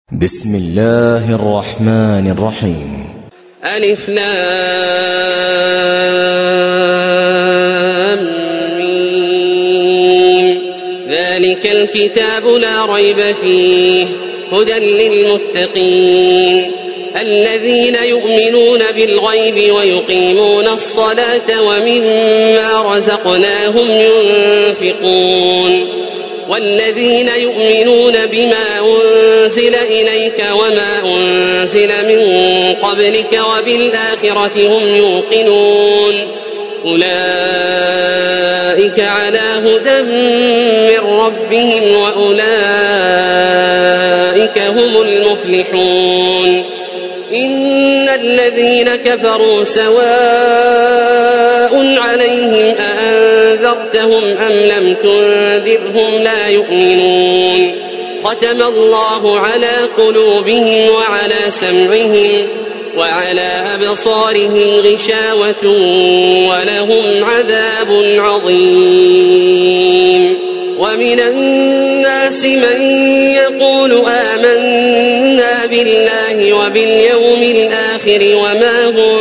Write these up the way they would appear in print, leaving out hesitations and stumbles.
بسم الله الرحمن الرحيم. ألف لام ميم. ذلك الكتاب لا ريب فيه هدى للمتقين الذين يؤمنون بالغيب ويقيمون الصلاة ومما رزقناهم ينفقون والذين يؤمنون بما أنزل إليك وما أنزل من قبلك وبالآخرة هم يوقنون أولئك على هدى من ربهم وأولئك هم المفلحون إن الذين كفروا سواء عليهم أأنذرتهم أم لم تنذرهم لا يؤمنون ختم الله على قلوبهم وعلى سمعهم وعلى أبصارهم غشاوة ولهم عذاب عظيم ومن الناس من يقول آمنا بالله وباليوم الآخر وما هم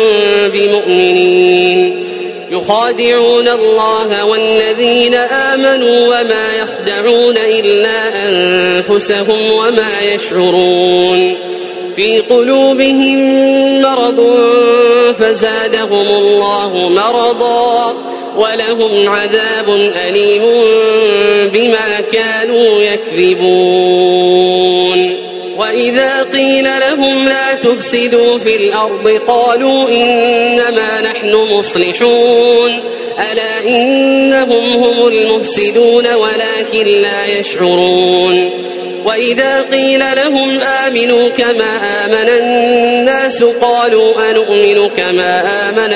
بمؤمنين يخادعون الله والذين آمنوا وما يخدعون إلا أنفسهم وما يشعرون في قلوبهم مرض فزادهم الله مرضا ولهم عذاب أليم بما كانوا يكذبون وإذا قيل لهم لا تفسدوا في الأرض قالوا إنما نحن مصلحون ألا إنهم هم المفسدون ولكن لا يشعرون وإذا قيل لهم آمنوا كما آمن الناس قالوا أنؤمن كما آمن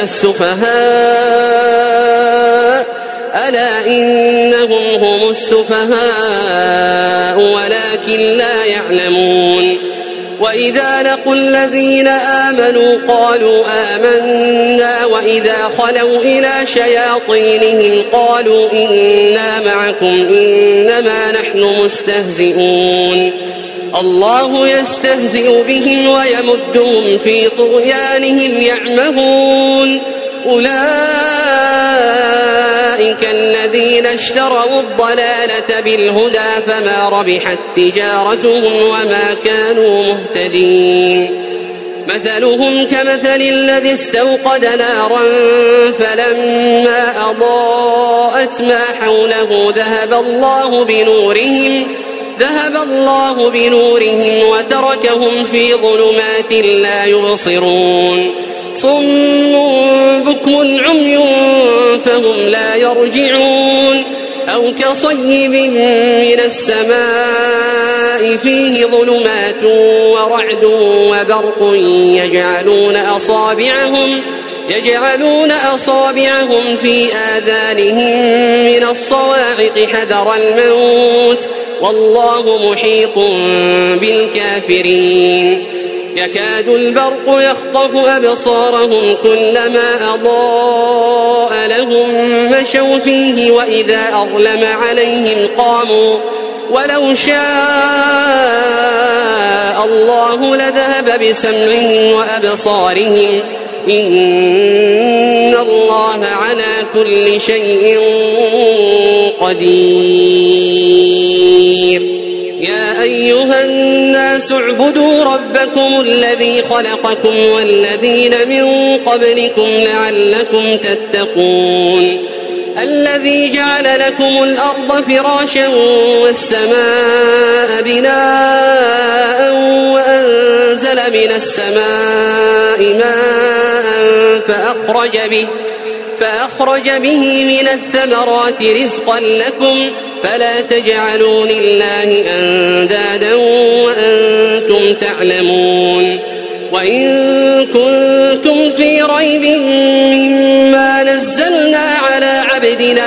السفهاء ألا إنهم هم السفهاء ولكن لا يعلمون وإذا لقوا الذين آمنوا قالوا آمنا وإذا خلوا إلى شياطينهم قالوا إنا معكم إنما نحن مستهزئون الله يستهزئ بهم ويمدهم في طغيانهم يعمهون أولئك الذين اشتروا الضلالة بالهدى فما ربحت تجارتهم وما كانوا مهتدين مثلهم كمثل الذي استوقد نارا فلما أضاءت ما حوله ذهب الله بنورهم وتركهم في ظلمات لا يبصرون صم بكم عمي فهم لا يرجعون أو كصيب من السماء فيه ظلمات ورعد وبرق يجعلون أصابعهم في آذانهم من الصواعق حذر الموت والله محيط بالكافرين يكاد البرق يخطف أبصارهم كلما أضاء لهم مشوا فيه وإذا أظلم عليهم قاموا ولو شاء الله لذهب بسمعهم وأبصارهم إن الله على كل شيء قدير يا أيها الناس اعبدوا ربكم الذي خلقكم والذين من قبلكم لعلكم تتقون الذي جعل لكم الأرض فراشا والسماء بناء وأنزل من السماء ماء فأخرج به من الثمرات رزقا لكم فلا تجعلوا لله أندادا وأنتم تعلمون وإن كنتم في ريب مما نزلنا على عبدنا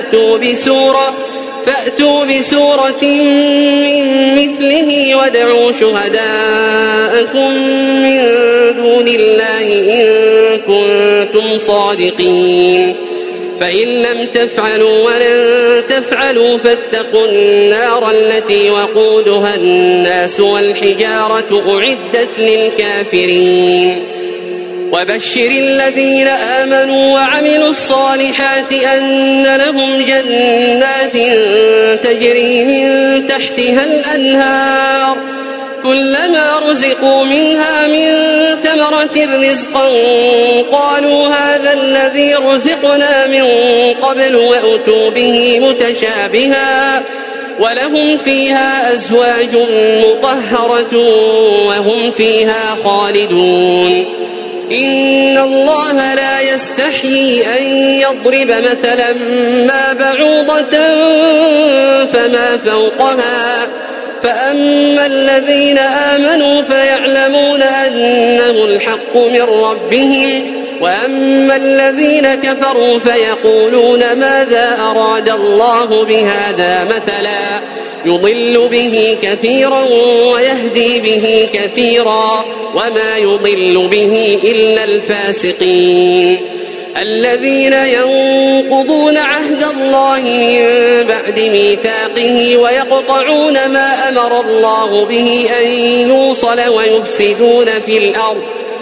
فأتوا بسورة من مثله وادعوا شهداءكم من دون الله إن كنتم صادقين فإن لم تفعلوا ولن تفعلوا فاتقوا النار التي وقودها الناس والحجارة أعدت للكافرين وبشر الذين آمنوا وعملوا الصالحات أن لهم جنات تجري من تحتها الأنهار كلما رزقوا منها من ثمرة رزقا قالوا هذا الذي رزقنا من قبل وأتوا به متشابها ولهم فيها أزواج مطهرة وهم فيها خالدون إن الله لا يستحيي أن يضرب مثلا ما بعوضة فما فوقها فأما الذين آمنوا فيعلمون أنه الحق من ربهم وأما الذين كفروا فيقولون ماذا أراد الله بهذا مثلا يضل به كثيرا ويهدي به كثيرا وما يضل به إلا الفاسقين الذين ينقضون عهد الله من بعد ميثاقه ويقطعون ما أمر الله به أن يوصل ويفسدون في الأرض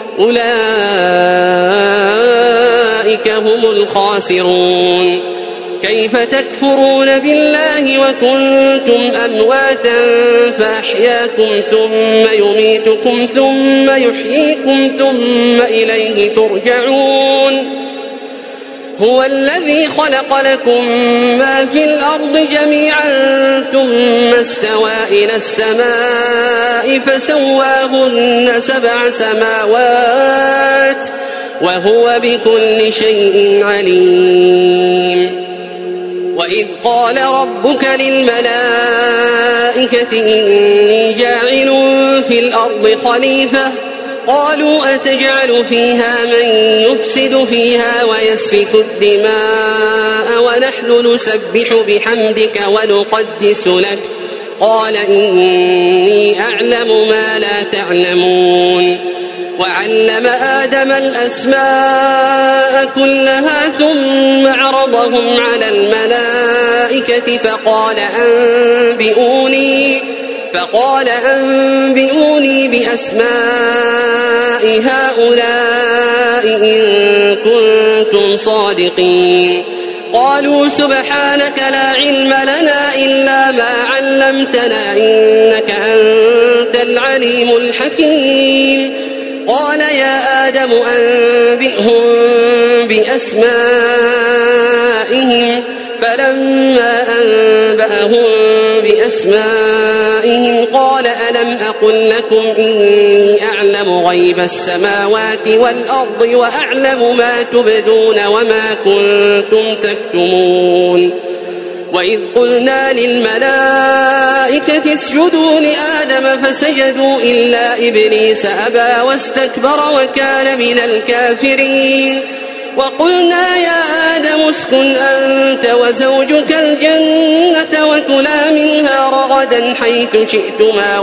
أولئك هم الخاسرون كيف تكفرون بالله وكنتم أمواتا فأحياكم ثم يميتكم ثم يحييكم ثم إليه ترجعون هو الذي خلق لكم ما في الأرض جميعا ثم استوى إلى السماء فسواهن 7 سماوات وهو بكل شيء عليم وإذ قال ربك للملائكة إني جاعل في الأرض خليفة قالوا أتجعل فيها من يفسد فيها ويسفك الدماء ونحن نسبح بحمدك ونقدس لك قال إني أعلم ما لا تعلمون وعلم آدم الأسماء كلها ثم عرضهم على الملائكة فقال أنبئوني بأسماء هؤلاء إن كنتم صادقين قالوا سبحانك لا علم لنا إلا ما علمتنا إنك أنت العليم الحكيم قال يا آدم أنبئهم بأسمائهم فلما أنبأهم بأسمائهم قال ألم أقل لكم إني أعلم غيب السماوات والأرض وأعلم ما تبدون وما كنتم تكتمون وإذ قلنا للملائكة اسجدوا لآدم فسجدوا إلا إبليس أبى واستكبر وكان من الكافرين وقلنا يا آدم اسكن أنت وزوجك الجنة وكلا منها رغدا حيث شئتما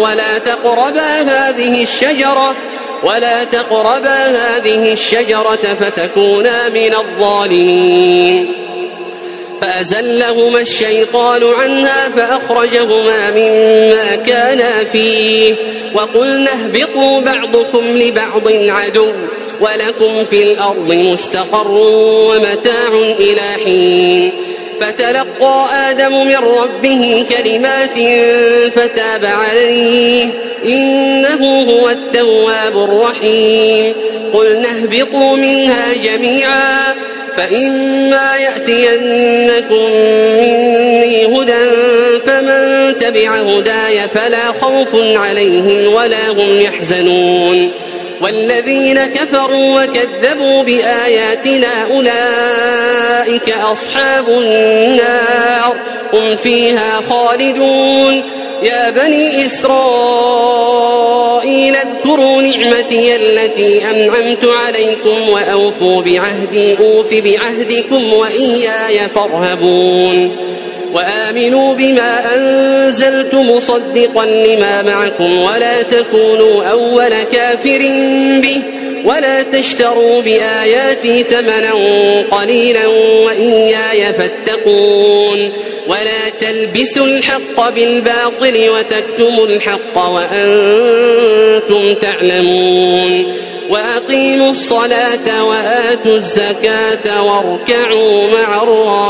ولا تقربا هذه الشجرة فتكونا من الظالمين فأزلهما الشيطان عنها فأخرجهما مما كانا فيه وقلنا اهبطوا بعضكم لبعض عدو ولكم في الأرض مستقر ومتاع إلى حين فتلقى آدم من ربه كلمات فتاب عليه إنه هو التواب الرحيم قلنا اهبطوا منها جميعا فإما يأتينكم مني هدى فمن تبع هداي فلا خوف عليهم ولا هم يحزنون والذين كفروا وكذبوا بآياتنا أولئك أصحاب النار هم فيها خالدون يا بني إسرائيل اذكروا نعمتي التي أنعمت عليكم وأوفوا بعهدي أوف بعهدكم وإياي فارهبون وآمنوا بما أنزلت مصدقا لما معكم ولا تكونوا أول كافر به ولا تشتروا بآياتي ثمنا قليلا وإياي فاتقون ولا تلبسوا الحق بالباطل وتكتموا الحق وأنتم تعلمون وأقيموا الصلاة وآتوا الزكاة واركعوا مع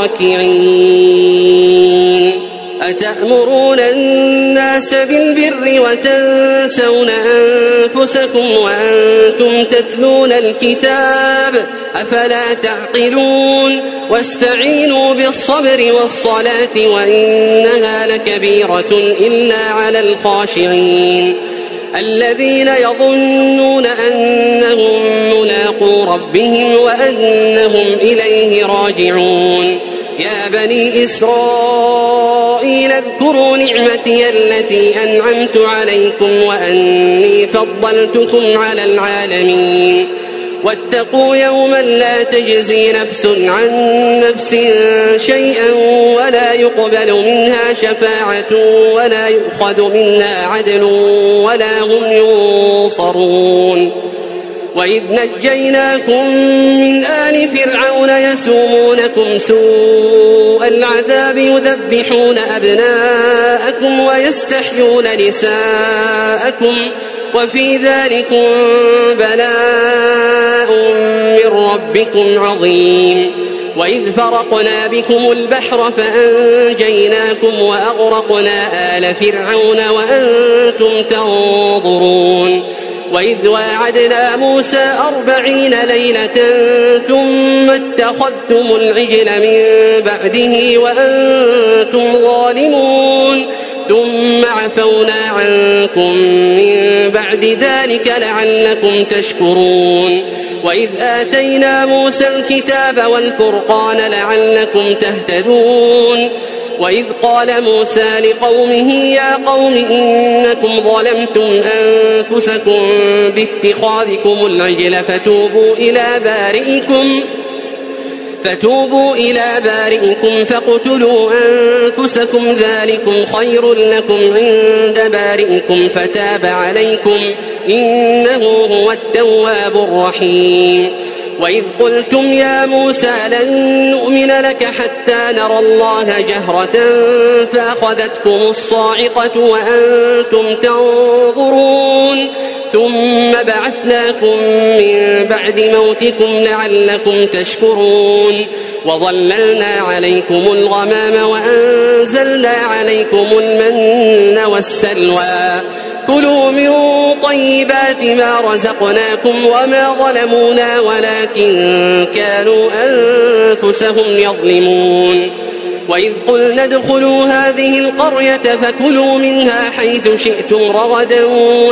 الراكعين أتأمرون الناس بالبر وتنسون أنفسكم وأنتم تتلون الكتاب أفلا تعقلون واستعينوا بالصبر والصلاة وإنها لكبيرة إلا على الخاشعين الذين يظنون أنهم ملاقو ربهم وأنهم إليه راجعون يا بني إسرائيل اذكروا نعمتي التي أنعمت عليكم وأني فضلتكم على العالمين واتقوا يوما لا تجزي نفس عن نفس شيئا ولا يقبل منها شفاعة ولا يؤخذ منها عدل ولا هم ينصرون وإذ نجيناكم من آل فرعون يسومونكم سوء العذاب يذبحون أبناءكم ويستحيون نساءكم وفي ذلكم بلاء من ربكم عظيم وإذ فرقنا بكم البحر فأنجيناكم وأغرقنا آل فرعون وأنتم تنظرون وإذ واعدنا موسى 40 ليلة ثم اتخذتم العجل من بعده وأنتم ظالمون ثم عفونا عنكم من بعد ذلك لعلكم تشكرون وإذ آتينا موسى الكتاب والفرقان لعلكم تهتدون وإذ قال موسى لقومه يا قوم إنكم ظلمتم أنفسكم باتخاذكم العجل فتوبوا إلى بارئكم فاقتلوا أنفسكم ذلكم خير لكم عند بارئكم فتاب عليكم إنه هو التواب الرحيم وإذ قلتم يا موسى لن نؤمن لك حتى نرى الله جهرة فأخذتكم الصاعقة وأنتم تنظرون ثم بعثناكم من بعد موتكم لعلكم تشكرون وظللنا عليكم الغمام وأنزلنا عليكم المن والسلوى كلوا من طيبات ما رزقناكم وما ظلمونا ولكن كانوا أنفسهم يظلمون وإذ قلنا ادخلوا هذه القرية فكلوا منها حيث شئتم رغدا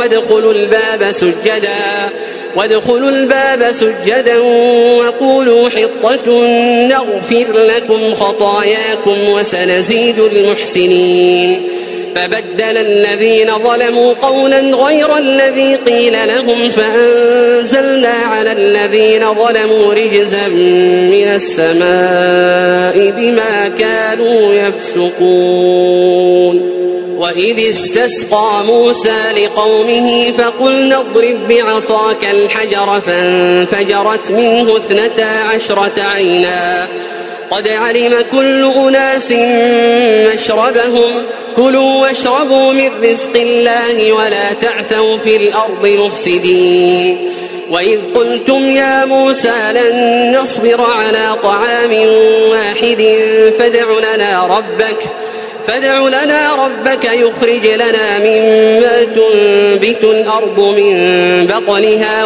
وادخلوا الباب سجدا وقولوا حطة نغفر لكم خطاياكم وسنزيد المحسنين فبدل الذين ظلموا قولا غير الذي قيل لهم فأنزلنا على الذين ظلموا رجزا من السماء بما كانوا يفسقون وإذ استسقى موسى لقومه فقلنا اضرب بعصاك الحجر فانفجرت منه 12 عينا قد علم كل أناس مشربهم كلوا واشربوا من رزق الله ولا تعثوا في الأرض مفسدين وإذ قلتم يا موسى لن نصبر على طعام واحد فادع لنا ربك يخرج لنا مما تنبت الأرض من بقلها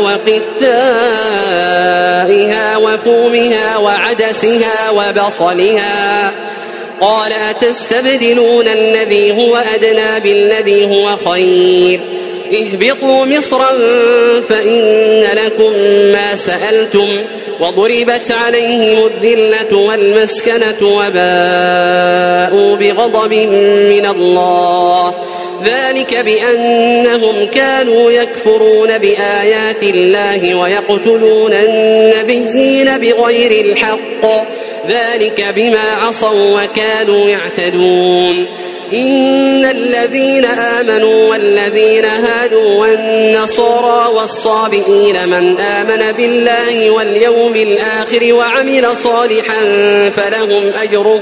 وقثائها وفومها وعدسها وبصلها قال أتستبدلون الذي هو أدنى بالذي هو خير اهبطوا مصرا فإن لكم ما سألتم وضربت عليهم الذلة والمسكنة وباءوا بغضب من الله ذلك بأنهم كانوا يكفرون بآيات الله ويقتلون النبيين بغير الحق ذلك بما عصوا وكانوا يعتدون إن الذين آمنوا والذين هادوا والنصارى والصابئين من آمن بالله واليوم الآخر وعمل صالحا فلهم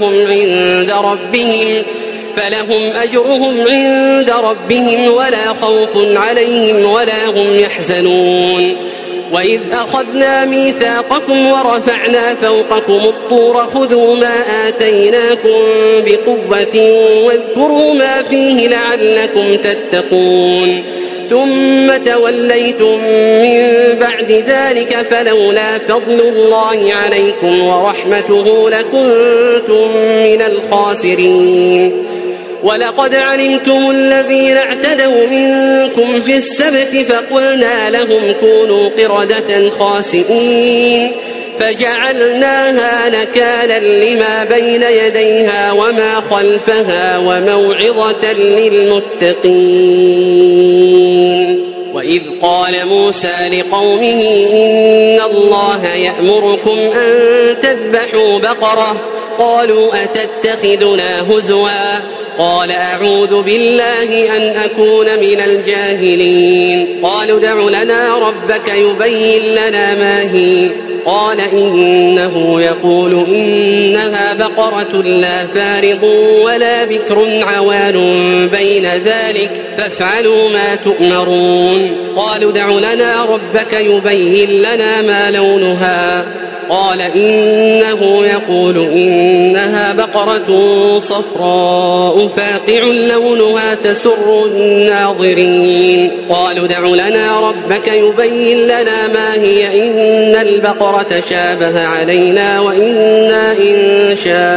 أجرهم عند ربهم ولا خوف عليهم ولا هم يحزنون وإذ أخذنا ميثاقكم ورفعنا فوقكم الطور خذوا ما آتيناكم بقوة واذكروا ما فيه لعلكم تتقون ثم توليتم من بعد ذلك فلولا فضل الله عليكم ورحمته لكنتم من الخاسرين ولقد علمتم الذين اعتدوا منكم في السبت فقلنا لهم كونوا قردة خاسئين فجعلناها نكالا لما بين يديها وما خلفها وموعظة للمتقين وإذ قال موسى لقومه إن الله يأمركم أن تذبحوا بقرة قالوا أتتخذنا هزوا قال أعوذ بالله أن أكون من الجاهلين قالوا ادع لنا ربك يبين لنا ما هي قال إنه يقول إنها بقرة لا فارض ولا بكر عوان بين ذلك فافعلوا ما تؤمرون قالوا ادع لنا ربك يبين لنا ما لونها قال إنه يقول إنها بقرة صفراء فاقع لونها تسر الناظرين قالوا ادع لنا ربك يبين لنا ما هي إن البقرة شابه علينا وإنا إن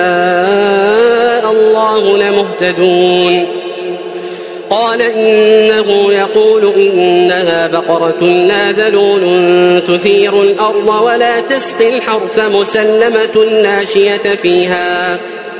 شاء الله لمهتدون قال إنه يقول إنها بقرة لا ذلول تثير الأرض ولا تسقي الحرث مسلمة لا شية فيها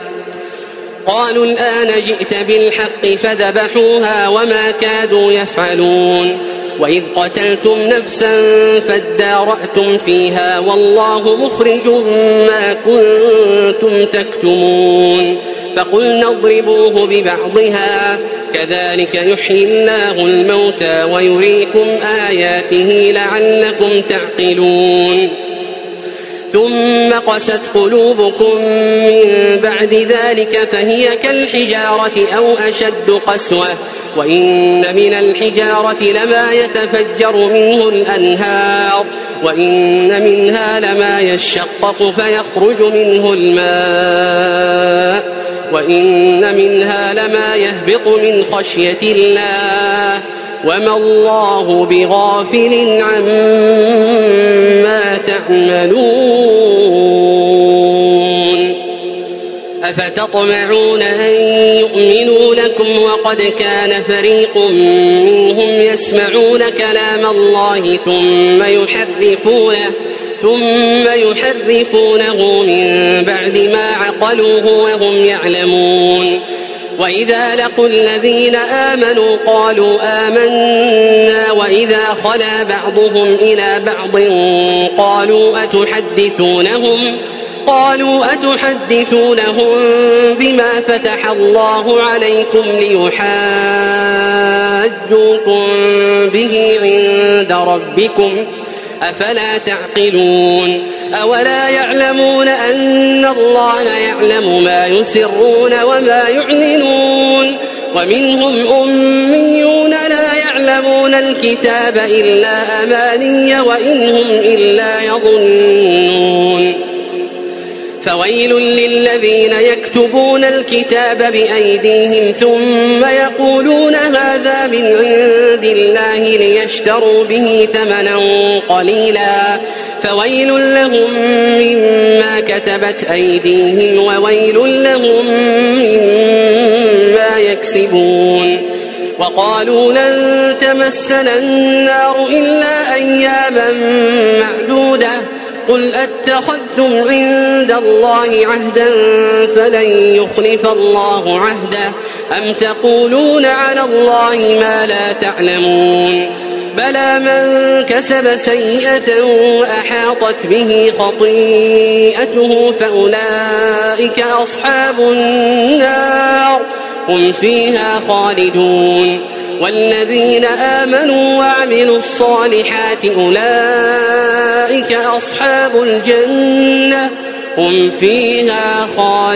قالوا الآن جئت بالحق فذبحوها وما كادوا يفعلون وإذ قتلتم نفسا فادارأتم فيها والله مخرج ما كنتم تكتمون فقلنا اضربوه ببعضها كذلك يحيي الله الموتى ويريكم آياته لعلكم تعقلون ثم قست قلوبكم من بعد ذلك فهي كالحجارة أو أشد قسوة وإن من الحجارة لما يتفجر منه الأنهار وإن منها لما يشقق فيخرج منه الماء وإن منها لما يهبط من خشية الله وما الله بغافل عما تعملون أفتطمعون أن يؤمنوا لكم وقد كان فريق منهم يسمعون كلام الله ثم يحرفونه من بعد ما عقلوه وهم يعلمون وإذا لقوا الذين آمنوا قالوا آمنا وإذا خلا بعضهم إلى بعض قالوا أتحدثونهم بما فتح الله عليكم ليحاجوكم به عند ربكم أفلا تعقلون أولا يعلمون أن الله يعلم ما يسرون وما يعلنون ومنهم أميون لا يعلمون الكتاب إلا أماني وإنهم إلا يظنون فويل للذين يكتبون الكتاب بأيديهم ثم يقولون هذا من عند الله ليشتروا به ثمنا قليلا فويل لهم مما كتبت أيديهم وويل لهم مما يكسبون وقالوا لن تمسنا النار إلا أياما معدودة قل أتخذتم عند الله عهدا فلن يخلف الله عهده أم تقولون على الله ما لا تعلمون بلى من كسب سيئة وأحاطت به خطيئته فأولئك أصحاب النار هم فيها خالدون والذين آمنوا وعملوا الصالحات أولئك أصحاب الجنة هم فيها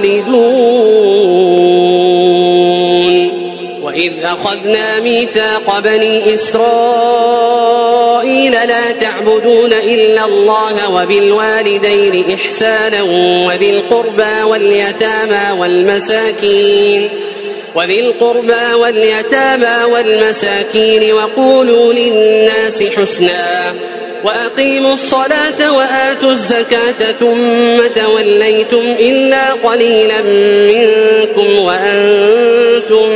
خالدون وإذ أخذنا ميثاق بني إسرائيل لا تعبدون إلا الله وبالوالدين إحسانا وذي القربى واليتامى والمساكين وقولوا للناس حسنا وأقيموا الصلاة وآتوا الزكاة ثم توليتم إلا قليلا منكم وأنتم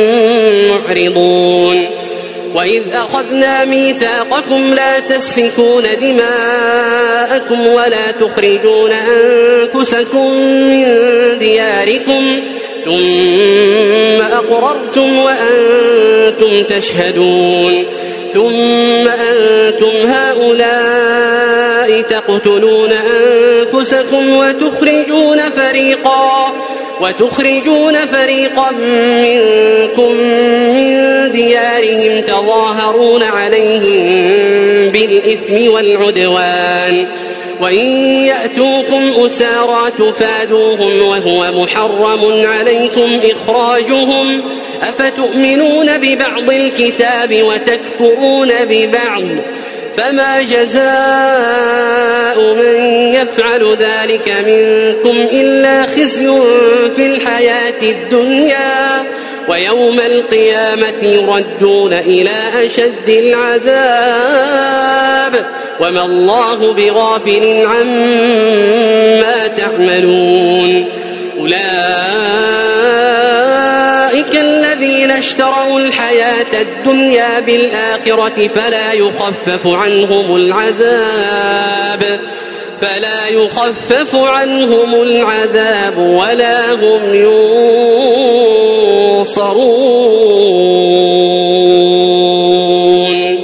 معرضون وإذ أخذنا ميثاقكم لا تسفكون دماءكم ولا تخرجون أنفسكم من دياركم ثم أقررتم وأنتم تشهدون ثم أنتم هؤلاء تقتلون أنفسكم وتخرجون فريقا منكم من ديارهم تظاهرون عليهم بالإثم والعدوان وإن يأتوكم أسارى تفادوهم وهو محرم عليكم إخراجهم أفتؤمنون ببعض الكتاب وتكفرون ببعض فما جزاء من يفعل ذلك منكم إلا خزي في الحياة الدنيا ويوم القيامة يردون إلى أشد العذاب وما الله بغافل عما تعملون أولئك الذين اشتروا الحياة الدنيا بالآخرة فلا يخفف عنهم العذاب ولا هم ينصرون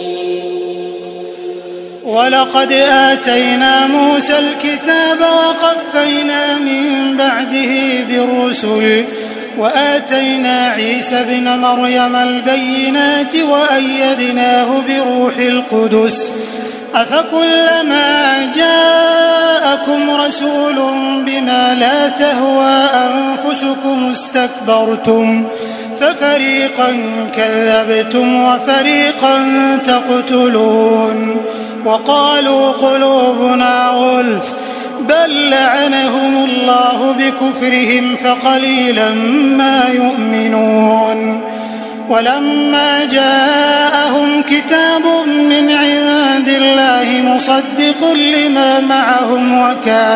ولقد آتينا موسى الكتاب وقفينا من بعده بالرسل وآتينا عيسى ابن مريم البينات وأيدناه بروح القدس أفكلما جاءكم رسول بما لا تهوى أنفسكم استكبرتم ففريقا كذبتم وفريقا تقتلون وقالوا قلوبنا غلف بل لعنهم الله بكفرهم فقليلا ما يؤمنون ولما جاءهم كتاب من عند الله مصدق لما معهم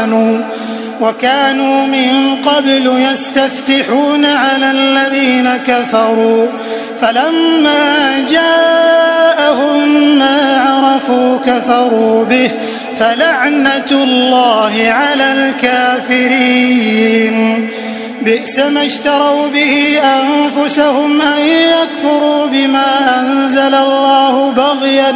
وكانوا من قبل يستفتحون على الذين كفروا فلما جاءهم ما عرفوا كفروا به فلعنة الله على الكافرين بئس ما اشتروا به أنفسهم أن يكفروا بما أنزل الله بغيا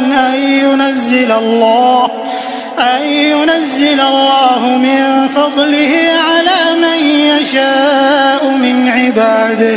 أن ينزل الله من فضله على من يشاء من عباده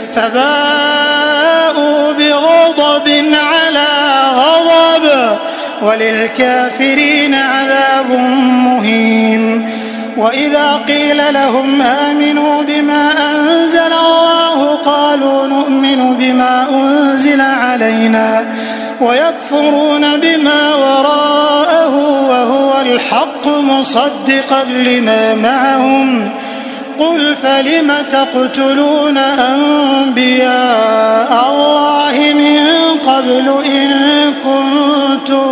فباءوا بغضب على غضب وللكافرين عذاب مهين وإذا قيل لهم آمنوا بما أنزل الله قالوا نؤمن بما أنزل علينا ويكفرون بما وراءه وهو الحق مصدقا لما معهم قل فلم تقتلون أنبياء الله من قبل إن كنتم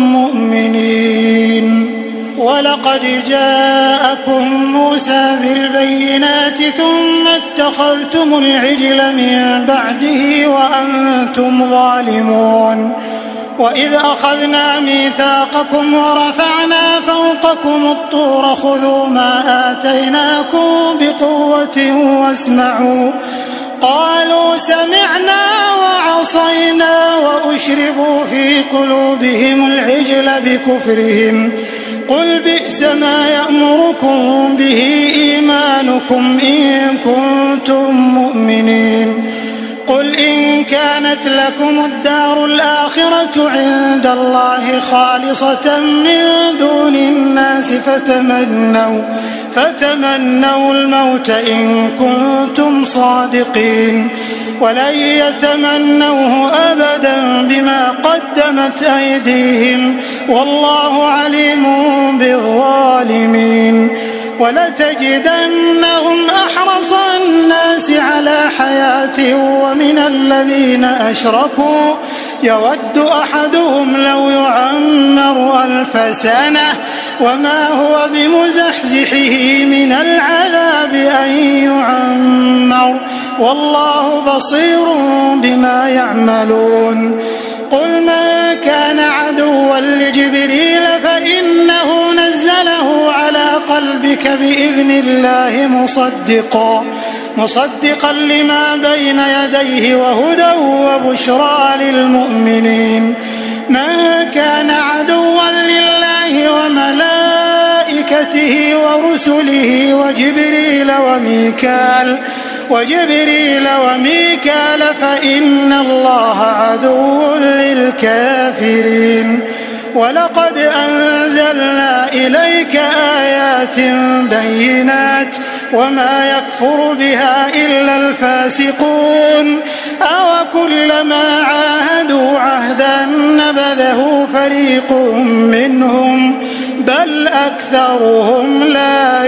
مؤمنين ولقد جاءكم موسى بالبينات ثم اتخذتم العجل من بعده وأنتم ظالمون وإذ أخذنا ميثاقكم ورفعنا فوقكم الطور خذوا ما آتيناكم بقوة واسمعوا قالوا سمعنا وعصينا وأشربوا في قلوبهم العجل بكفرهم قل بئس ما يأمركم به إيمانكم إيمانكم إن كنتم مؤمنين. قل إن كانت لكم الدار الآخرة عند الله خالصة من دون الناس فتمنوا الموت إن كنتم صادقين ولن يتمنوه أبدا بما قدمت أيديهم والله عليم بالظالمين. ولتجدنهم أحرص الناس على حياة ومن الذين أشركوا يود أحدهم لو يعمر 1000 سنة وما هو بمزحزحه من العذاب أن يعمر والله بصير بما يعملون. قل من كان عدوا لجبريل فإنه نزله على قلبك بإذن الله مصدقا لما بين يديه وهدى وبشرى للمؤمنين. من كان عدوا لله وملائكته ورسله وجبريل وميكال فإن الله عدو للكافرين. ولقد أنزلنا إليك آيات بينات وما يكفر بها إلا الفاسقون. أوكلما عاهدوا عهدا نبذه فريق منهم بل أكثرهم لا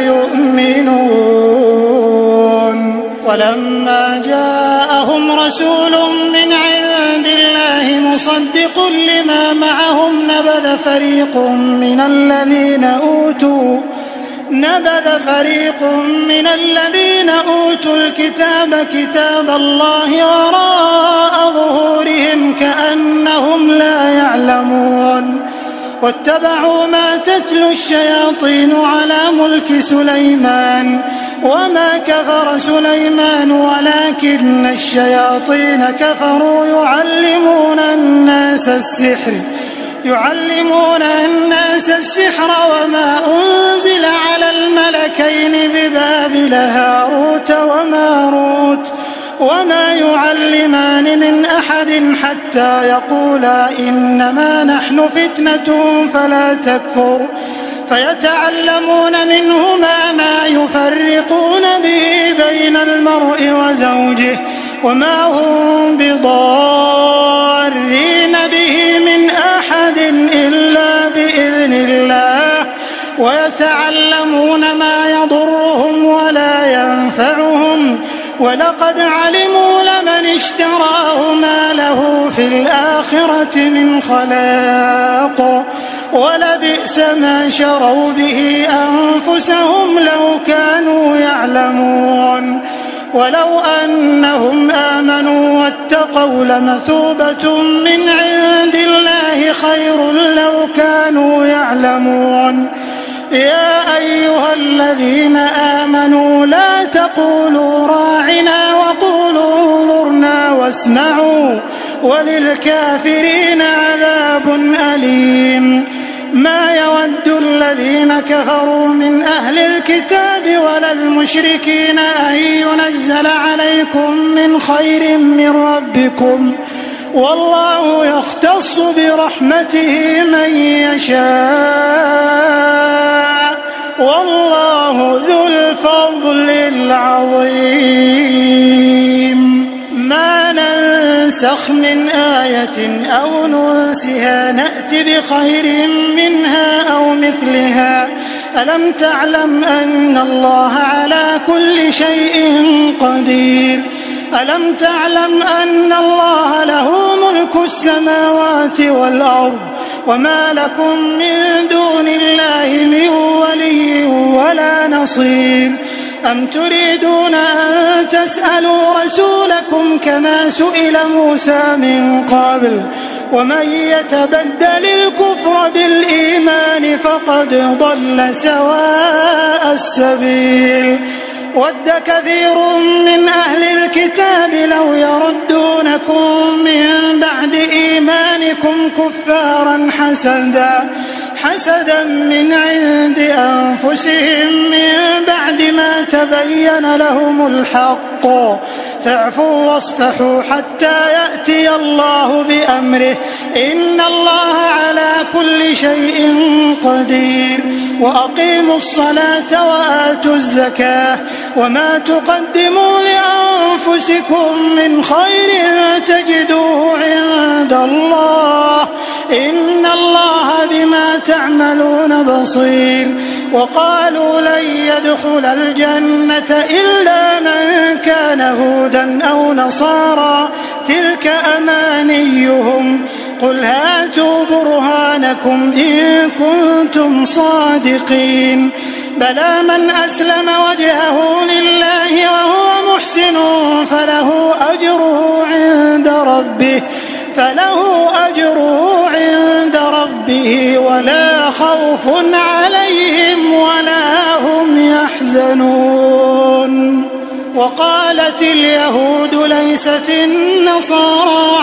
يؤمنون. ولما جاءهم رسول من عند الله مصدق لما معهم نبذ فريق من الذين أوتوا الكتاب كتاب الله وراء ظهورهم كأنهم لا يعلمون. واتبعوا ما تتلو الشياطين على ملك سليمان وما كفر سليمان ولكن الشياطين كفروا يعلمون الناس السحر وما أنزل على الملكين ببابل هاروت وماروت وما يعلمان من أحد حتى يقولا إنما نحن فتنة فلا تكفر فيتعلمون منهما ما يفرقون به بين المرء وزوجه وما هم بضارين به من أحد إلا بإذن الله ويتعلمون ما يضرهم ولا ينفعهم ولقد علموا لمن اشتراه ما له في الآخرة من خلاق ولبئس ما شروا به أنفسهم لو كانوا يعلمون. ولو أنهم آمنوا واتقوا لمثوبة من عند الله خير لو كانوا يعلمون. يا أيها الذين آمنوا لا تقولوا راعنا وقولوا انظرنا واسمعوا وللكافرين عذاب أليم. ما يود الذين كفروا من أهل الكتاب ولا المشركين أن ينزل عليكم من خير من ربكم والله يختص برحمته من يشاء والله ذو الفضل العظيم. ما ننسخ من آية أو ننسها نأت بخير منها أو مثلها. ألم تعلم أن الله على كل شيء قدير. ألم تعلم أن الله له ملك السماوات والأرض وما لكم من دون الله من ولي ولا نصير. أم تريدون أن تسألوا رسولكم كما سئل موسى من قبل ومن يتبدل الكفر بالإيمان فقد ضل سواء السبيل. ود كثير من أهل الكتاب لو يردونكم من بعد إيمانكم كفارا حسدا من عند أنفسهم من بعد ما تبين لهم الحق فاعفوا واصفحوا حتى يأتي الله بأمره إن الله على كل شيء قدير وأقيموا الصلاة وآتوا الزكاة وما تقدموا لأنفسكم من خير تجدوه عند الله إن الله بما تعملون بصير وقالوا لن يدخل الجنة إلا من كان هودا أو نصارى تلك أمانيهم قل هاتوا برهانكم إن كنتم صادقين بلى من أسلم وجهه لله وهو محسن فله أجره عند ربه ولا خوف عليهم ولا هم يحزنون وقالت اليهود ليست النصارى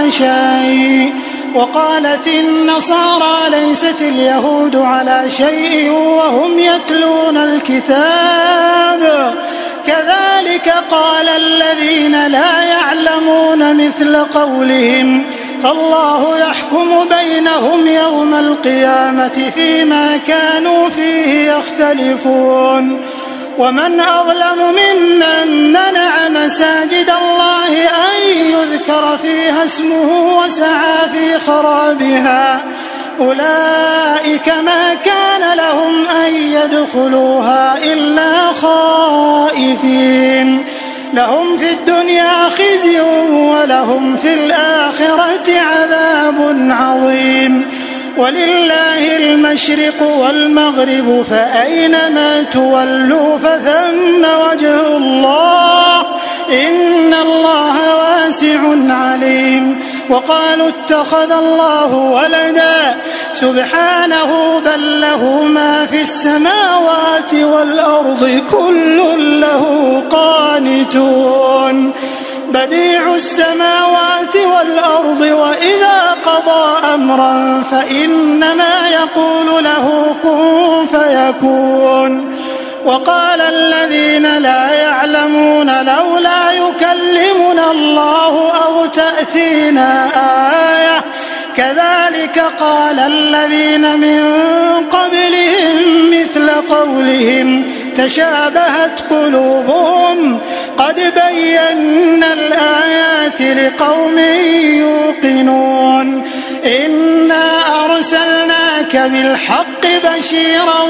على شيء وهم يتلون الكتاب كذلك قال الذين لا يعلمون مثل قولهم فالله يحكم بينهم يوم القيامة فيما كانوا فيه يختلفون ومن أظلم ممن منع مساجد الله أن يذكر فيها اسمه وسعى في خرابها أولئك ما كان لهم أن يدخلوها إلا خائفين لهم في الدنيا خزي ولهم في الآخرة عذاب عظيم ولله المشرق والمغرب فأينما تولوا فثم وجه الله إن الله واسع عليم وقالوا اتخذ الله ولدا سبحانه بل له ما في السماوات والأرض كل له قانتون بديع السماوات والأرض وإذا قضى أمرا فإنما يقول له كن فيكون وقال الذين لا يعلمون لولا يكلمنا الله أو تأتينا آية كذلك قال الذين من قبلهم مثل قولهم تشابهت قلوبهم قد بينا الآيات لقوم يوقنون إنا أرسلناك بالحق بشيرا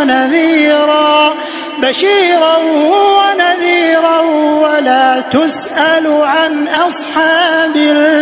ونذيرا ولا تسأل عن أصحاب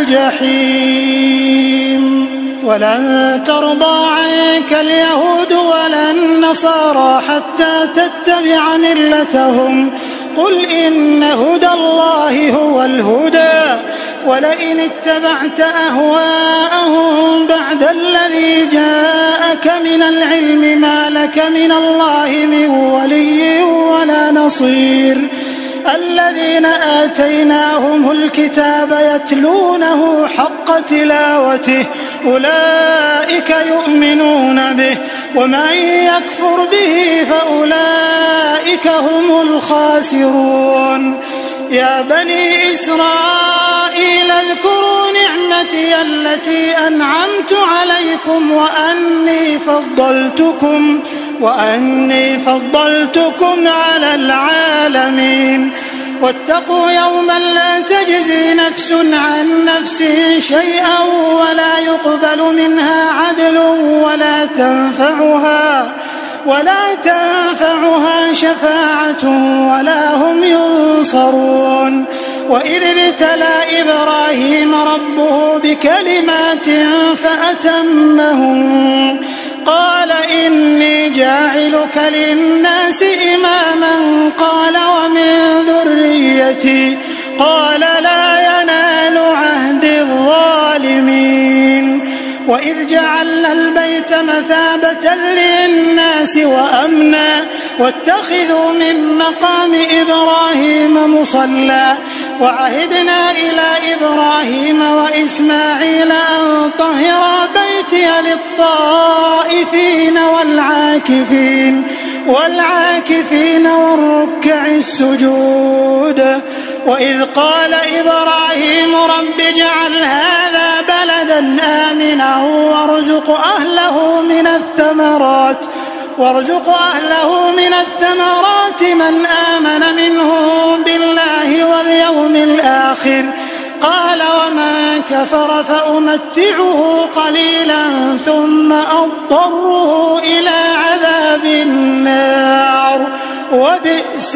الجحيم ولن ترضى عنك اليهود ولا النصارى حتى تتبع ملتهم قل إن هدى الله هو الهدى ولئن اتبعت أهواءهم بعد الذي جاءك من العلم ما لك من الله من ولي ولا نصير الذين آتيناهم الكتاب يتلونه حق تلاوته أولئك يؤمنون به ومن يكفر به فأولئك هم الخاسرون يا بني إسرائيل اذكروا نعمتي التي أنعمت عليكم وأني فضلتكم على العالمين واتقوا يوما لا تجزي نفس عن نفس شيئا ولا يقبل منها عدل ولا تنفعها شفاعة ولا هم ينصرون وإذ ابتلى إبراهيم ربه بكلمات فأتمهن قال إني جاعلك للناس إماما قال ومن ذريتي قال لا ينال عهد الظالمين وإذ جعلنا البيت مثابة للناس وأمنا واتخذوا من مقام إبراهيم مصلى وعهدنا إلى إبراهيم وإسماعيل أن طهر بيت أوتي للطائفين والعاكفين والركع السجود. وإذ قال إبراهيم رب اجعل هذا بلدا آمنا وارزق أهله من الثمرات من آمن منهم بالله واليوم الآخر. قال ومن كفر فأمتعه قليلا ثم أضطره إلى عذاب النار وبئس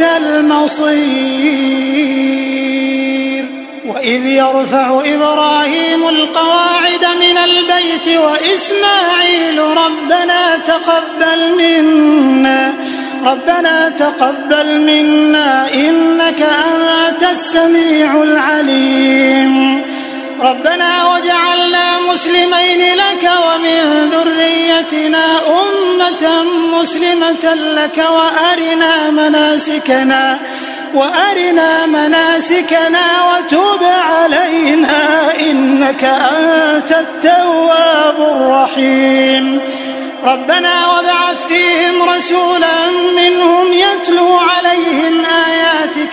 المصير. وإذ يرفع إبراهيم القواعد من البيت وإسماعيل ربنا تقبل منا إنك أنت السميع العليم. ربنا وجعلنا مسلمين لك ومن ذريتنا أمة مسلمة لك وأرنا مناسكنا وتب علينا إنك أنت التواب الرحيم. ربنا وابعث فيهم رسولا منهم يتلو عليهم آياتك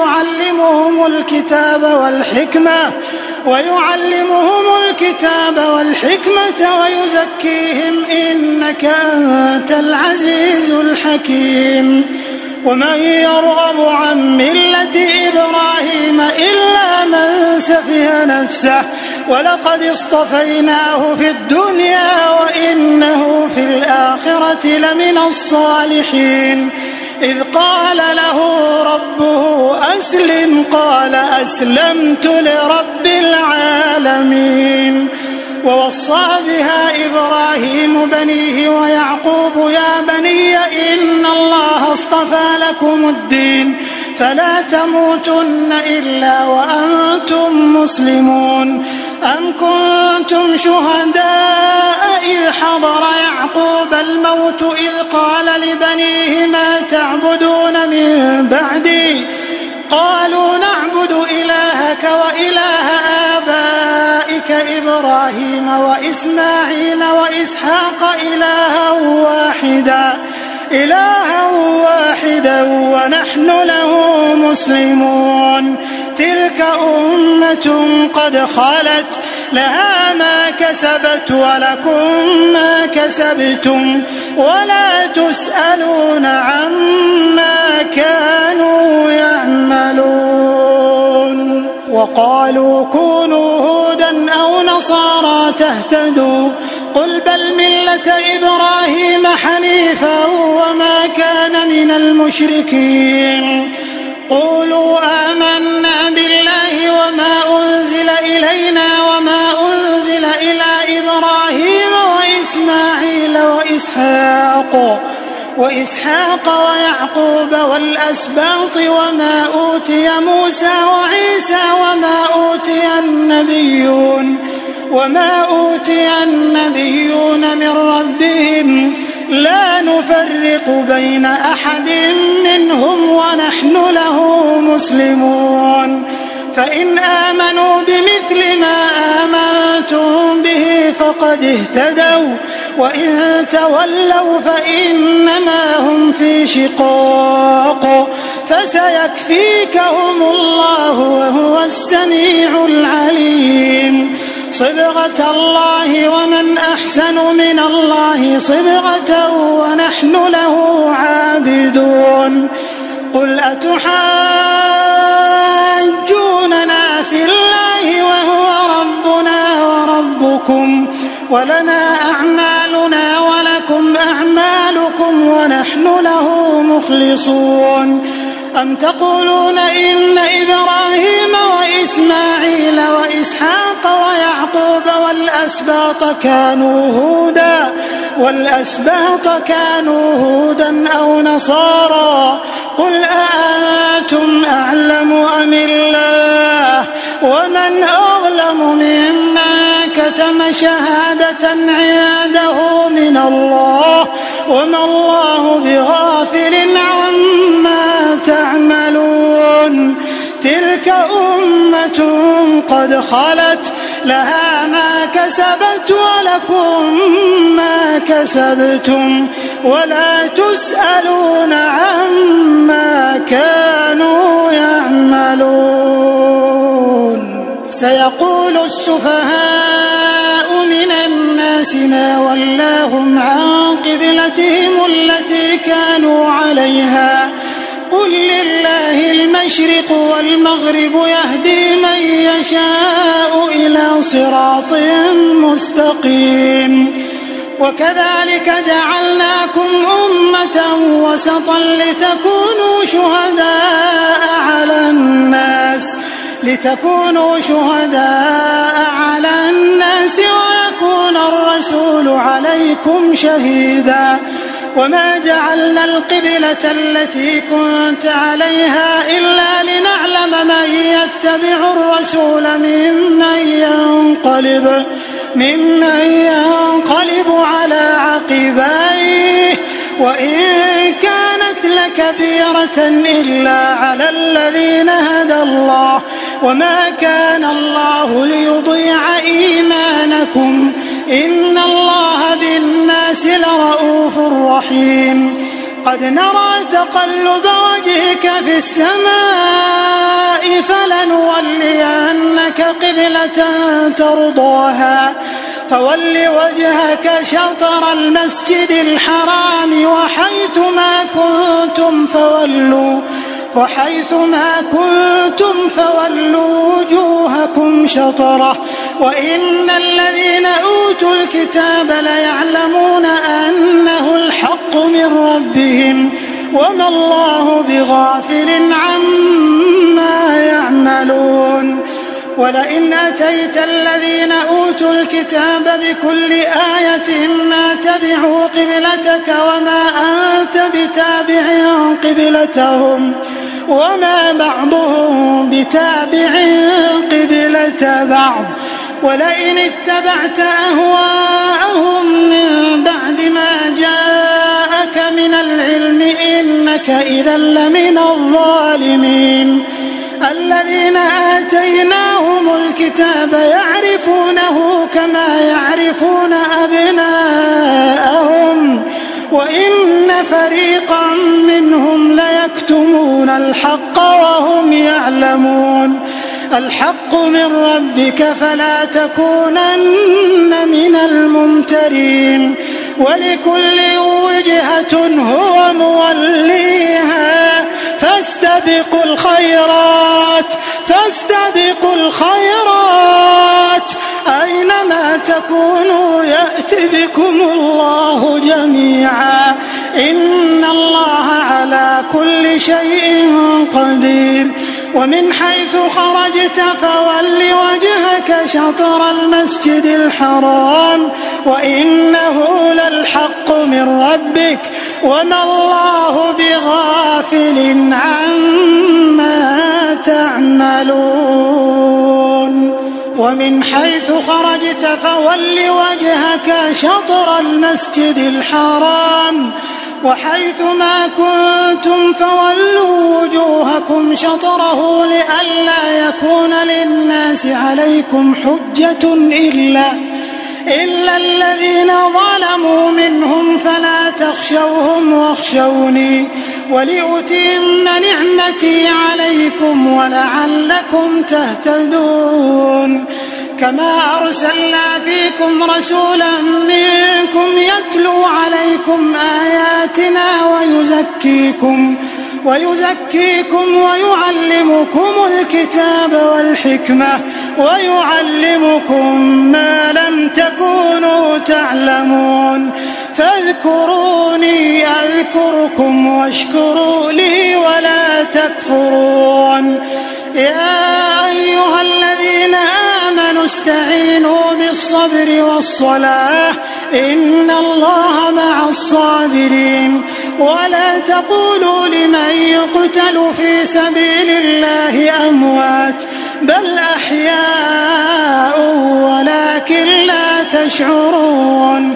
ويعلمهم الكتاب والحكمة ويزكيهم إنك أنت العزيز الحكيم. ومن يرغب عن ملة إبراهيم إلا من سفه نفسه ولقد اصطفيناه في الدنيا وإنه في الآخرة لمن الصالحين. إذ قال له ربه أسلم قال أسلمت لرب العالمين. ووصى بها إبراهيم بنيه ويعقوب يا بني إن الله اصطفى لكم الدين فلا تموتن إلا وأنتم مسلمون. أم كنتم شهداء إذ حضر يعقوب الموت إذ قال لبنيه ما تعبدون من بعدي قالوا نعبد إلهك وإله آبائك إبراهيم وإسماعيل وإسحاق إلها واحدا ونحن له مسلمون. تلك أمة قد خلت لها ما كسبت ولكم ما كسبتم ولا تسألون عما كانوا يعملون. وقالوا كونوا هودا أو نصارى تهتدوا قل بل ملة إبراهيم حنيفا وما كان من المشركين. قولوا آمنا بالله وما أنزل إلينا وما أنزل إلى إبراهيم وإسماعيل وإسحاق ويعقوب والأسباط وما أوتي موسى وعيسى وما أوتي النبيون من ربهم لا نفرق بين أحد منهم ونحن له مسلمون. فإن آمنوا بمثل ما آمنتم به فقد اهتدوا وإن تولوا فإنما هم في شقاق فسيكفيكهم الله وهو السميع العليم. صبغة الله ومن أحسن من الله صبغة ونحن له عابدون. قل أتحاجوننا في الله وهو ربنا وربكم ولنا أعمالنا ولكم أعمالكم ونحن له مخلصون. أم تقولون إن إبراهيم وإسماعيل وإسحاق ويعقوب والأسباط كانوا هودا أو نصارى قل أأنتم أعلم أم الله ومن أظلم ممن كتم شهادة عنده من الله وما الله بغافل عما تعملون. تلك أمة قد خلت لها ما كسبت ولكم ما كسبتم ولا تسألون عما كانوا يعملون. سيقول السفهاء من الناس ما ولاهم عن قبلتهم التي كانوا عليها قل لله المشرق والمغرب يهدي من يشاء إلى صراط مستقيم. وكذلك جعلناكم أمة وسطا لتكونوا شهداء على الناس ويكون الرسول عليكم شهيدا. وما جعلنا القبلة التي كنت عليها إلا لنعلم من يتبع الرسول ممن ينقلب على عقبيه وإن كانت لكبيرة إلا على الذين هدى الله وما كان الله ليضيع إيمانكم إن الله بالناس لرؤوف رحيم. قد نرى تقلب وجهك في السماء فلنولينك قبلة ترضاها فول وجهك شطر المسجد الحرام وحيث ما كنتم فولوا وجوهكم شطره وإن الذين أوتوا الكتاب ليعلمون أنه الحق من ربهم وما الله بغافل عما يعملون. ولئن أتيت الذين أوتوا الكتاب بكل آية ما تبعوا قبلتك وما أنت بتابع قبلتهم وما بعضهم بتابع قبلة بعض. ولئن اتبعت أهواءهم من بعد ما جاءك من العلم إنك إذا لمن الظالمين. الذين آتيناهم الكتاب يعرفونه كما يعرفون أبناءهم وإن فريقا منهم ليكتمون الحق وهم يعلمون. الحق من ربك فلا تكونن من الممترين. ولكل وجهة هو موليها فاستبقوا الخيرات أينما تكونوا يأت بكم الله جميعا إن الله على كل شيء قدير. ومن حيث خرجت فول وجهك شطر المسجد الحرام وإنه للحق من ربك وما الله بغافل عما تعملون. ومن حيث خرجت فول وجهك شطر المسجد الحرام وحيث ما كنتم فولوا وجوهكم شطره لئلا يكون للناس عليكم حجة إلا الذين ظلموا منهم فلا تخشوهم واخشوني ولأتم نعمتي عليكم ولعلكم تهتدون. كما أرسلنا فيكم رسولا منكم يتلو عليكم آياتنا ويزكيكم ويعلمكم الكتاب والحكمة ويعلمكم ما لم تكونوا تعلمون. فاذكروني أذكركم واشكروا لي ولا تكفرون. يا أيها الذين آمنوا استعينوا بالصبر والصلاة إن الله مع الصابرين. ولا تقولوا لمن يقتل في سبيل الله أموات بل أحياء ولكن لا تشعرون.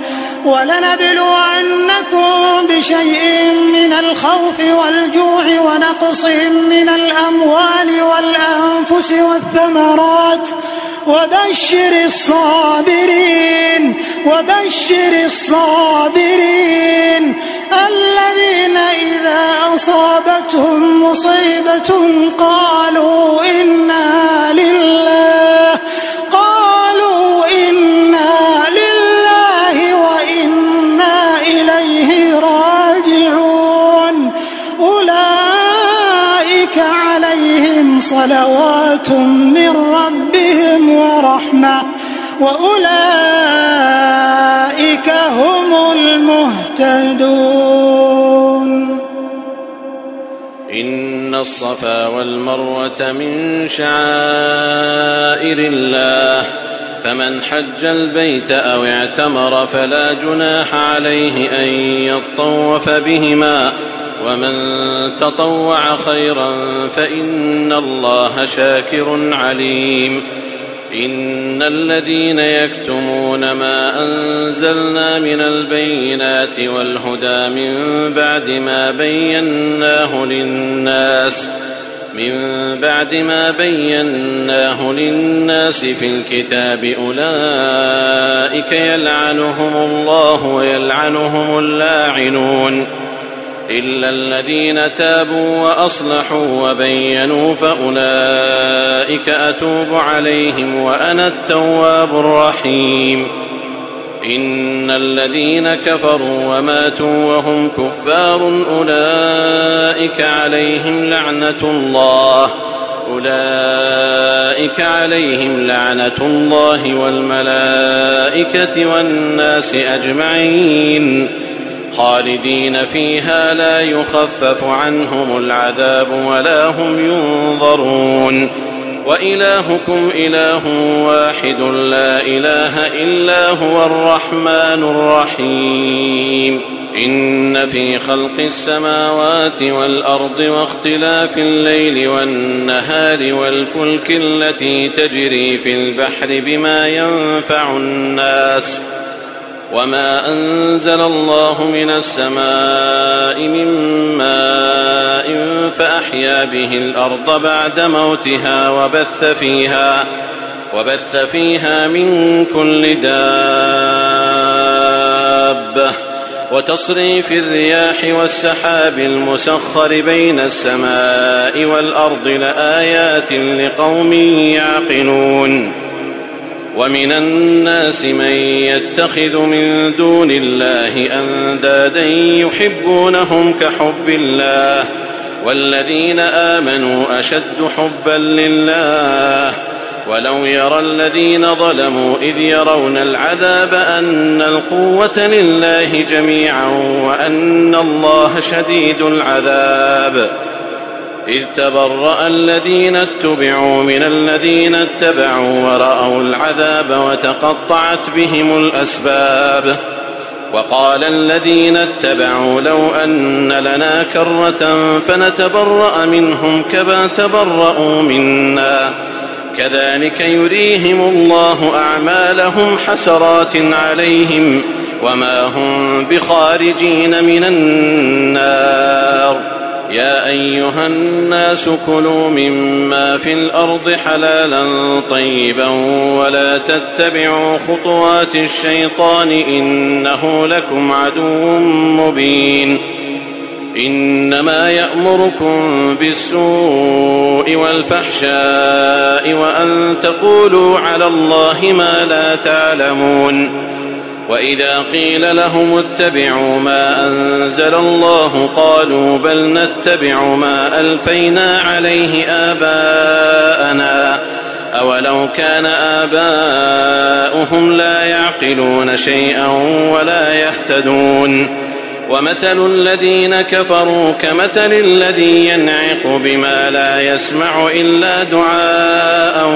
ولنبلونكم بشيء من الخوف والجوع ونقص من الأموال والأنفس والثمرات وبشر الصابرين الذين إذا أصابتهم مصيبة قالوا إنا لله وإنا إليه راجعون أولئك عليهم صلوات من ربهم ورحمة وأولئك هم المهتدون. إن الصفا والمروة من شعائر الله فمن حج البيت أو اعتمر فلا جناح عليه أن يطوف بهما ومن تطوع خيرا فإن الله شاكر عليم. إن الذين يكتمون ما أنزلنا من البينات والهدى من بعد ما بيناه للناس في الكتاب أولئك يلعنهم الله ويلعنهم اللاعنون إلا الذين تابوا وأصلحوا وبينوا فأولئك أتوب عليهم وأنا التواب الرحيم. إن الذين كفروا وماتوا وهم كفار أولئك عليهم لعنة الله والملائكة والناس أجمعين خالدين فيها لا يخفف عنهم العذاب ولا هم ينظرون. وإلهكم إله واحد لا إله إلا هو الرحمن الرحيم. إن في خلق السماوات والأرض واختلاف الليل والنهار والفلك التي تجري في البحر بما ينفع الناس وما أنزل الله من السماء من ماء فأحيا به الأرض بعد موتها وبث فيها من كل دابة وتصريف الرياح والسحاب المسخر بين السماء والأرض لآيات لقوم يعقلون. ومن الناس من يتخذ من دون الله أندادا يحبونهم كحب الله والذين آمنوا أشد حبا لله ولو يرى الذين ظلموا إذ يرون العذاب أن القوة لله جميعا وأن الله شديد العذاب إذ تبرأ الذين اتبعوا من الذين اتبعوا ورأوا العذاب وتقطعت بهم الأسباب. وقال الذين اتبعوا لو أن لنا كرة فنتبرأ منهم كما تبرأوا منا كذلك يريهم الله أعمالهم حسرات عليهم وما هم بخارجين من النار. يا أيها الناس كلوا مما في الأرض حلالا طيبا ولا تتبعوا خطوات الشيطان إنه لكم عدو مبين. إنما يأمركم بالسوء والفحشاء وأن تقولوا على الله ما لا تعلمون. وإذا قيل لهم اتبعوا ما أنزل الله قالوا بل نتبع ما ألفينا عليه آباءنا أولو كان آباؤهم لا يعقلون شيئا ولا يهتدون. ومثل الذين كفروا كمثل الذي ينعق بما لا يسمع إلا دعاء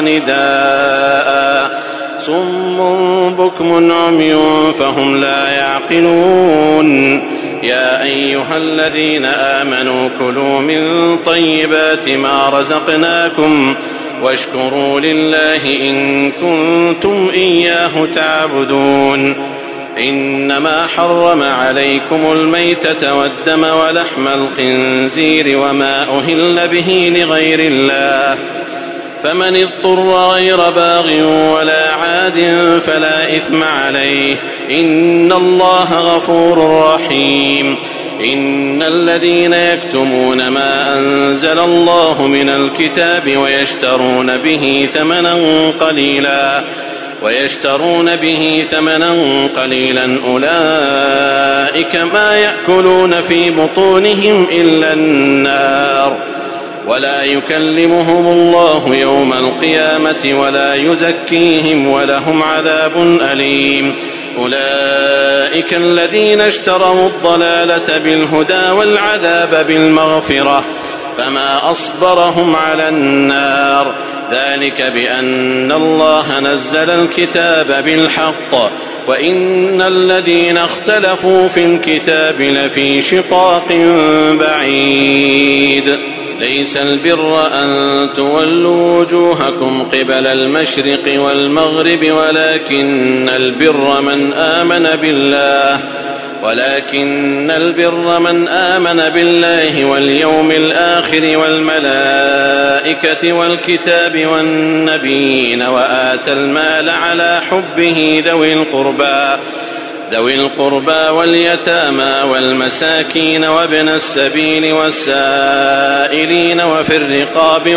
ونداء صم بكم عمي فهم لا يعقلون. يا أيها الذين آمنوا كلوا من طيبات ما رزقناكم واشكروا لله إن كنتم إياه تعبدون. إنما حرم عليكم الميتة والدم ولحم الخنزير وما أهل به لغير الله فمن اضطر غير باغ ولا عاد فلا إثم عليه إن الله غفور رحيم. إن الذين يكتمون ما أنزل الله من الكتاب ويشترون به ثمنا قليلا أولئك ما يأكلون في بطونهم إلا النار ولا يكلمهم الله يوم القيامة ولا يزكيهم ولهم عذاب أليم. أولئك الذين اشتروا الضلالة بالهدى والعذاب بالمغفرة فما أصبرهم على النار ذلك بأن الله نزل الكتاب بالحق وإن الذين اختلفوا في الكتاب لفي شقاق بعيد. ليس البر أن تولوا وجوهكم قبل المشرق والمغرب ولكن البر من آمن بالله واليوم الآخر والملائكة والكتاب والنبيين وآتى المال على حبه ذوي القربى واليتامى والمساكين وابن السبيل والسائلين وفي الرقاب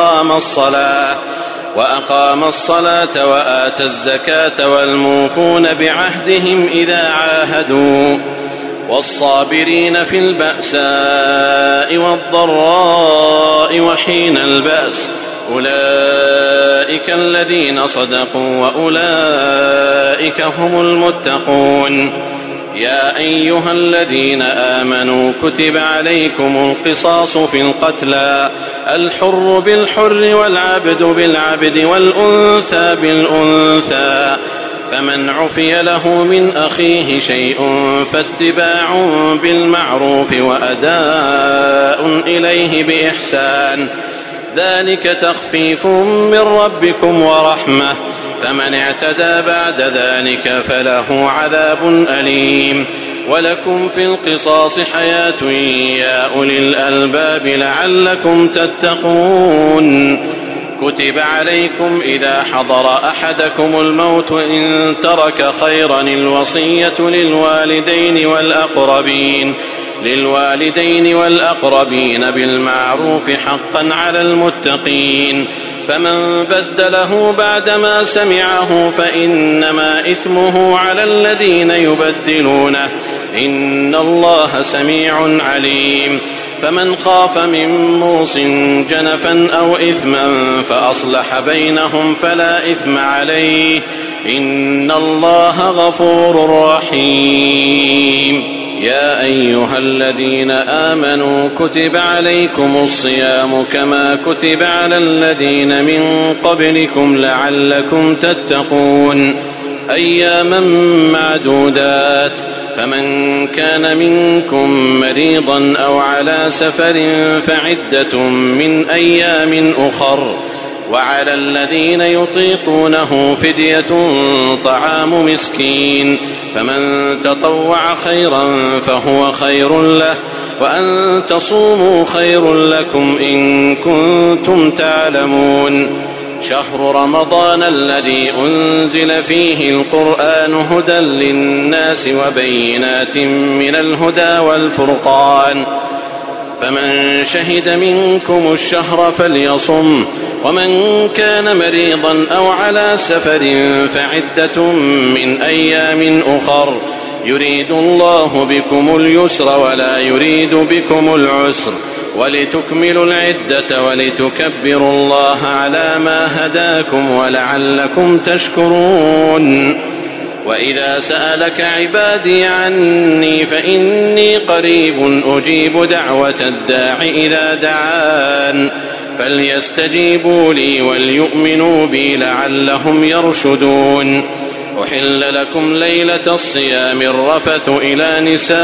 وأقام الصلاة وآتى الزكاة والموفون بعهدهم إذا عاهدوا والصابرين في البأساء والضراء وحين البأس أولئك الذين صدقوا وأولئك هم المتقون. يا أيها الذين آمنوا كتب عليكم القصاص في القتلى الحر بالحر والعبد بالعبد والأنثى بالأنثى فمن عفي له من أخيه شيء فاتباع بالمعروف وأداء إليه بإحسان ذلك تخفيف من ربكم ورحمة فمن اعتدى بعد ذلك فله عذاب أليم. ولكم في القصاص حياة يا أولي الألباب لعلكم تتقون. كتب عليكم إذا حضر أحدكم الموت إن ترك خيرا الوصية للوالدين والأقربين بالمعروف حقا على المتقين فمن بدله بعدما سمعه فإنما إثمه على الذين يبدلونه إن الله سميع عليم. فمن خاف من موص جنفا أو إثما فأصلح بينهم فلا إثم عليه إن الله غفور رحيم. يا أيها الذين آمنوا كتب عليكم الصيام كما كتب على الذين من قبلكم لعلكم تتقون أياما معدودات فمن كان منكم مريضا أو على سفر فعدة من أيام أخر وعلى الذين يطيقونه فدية طعام مسكين فمن تطوع خيرا فهو خير له وأن تصوموا خير لكم إن كنتم تعلمون. شهر رمضان الذي أنزل فيه القرآن هدى للناس وبينات من الهدى والفرقان فمن شهد منكم الشهر فليصم ومن كان مريضا أو على سفر فعدة من أيام أخر يريد الله بكم اليسر ولا يريد بكم العسر ولتكملوا العدة ولتكبروا الله على ما هداكم ولعلكم تشكرون. وإذا سألك عبادي عني فإني قريب أجيب دعوة الداع إذا دعان فليستجيبوا لي وليؤمنوا بي لعلهم يرشدون. أحل لكم ليلة الصيام الرفث إلى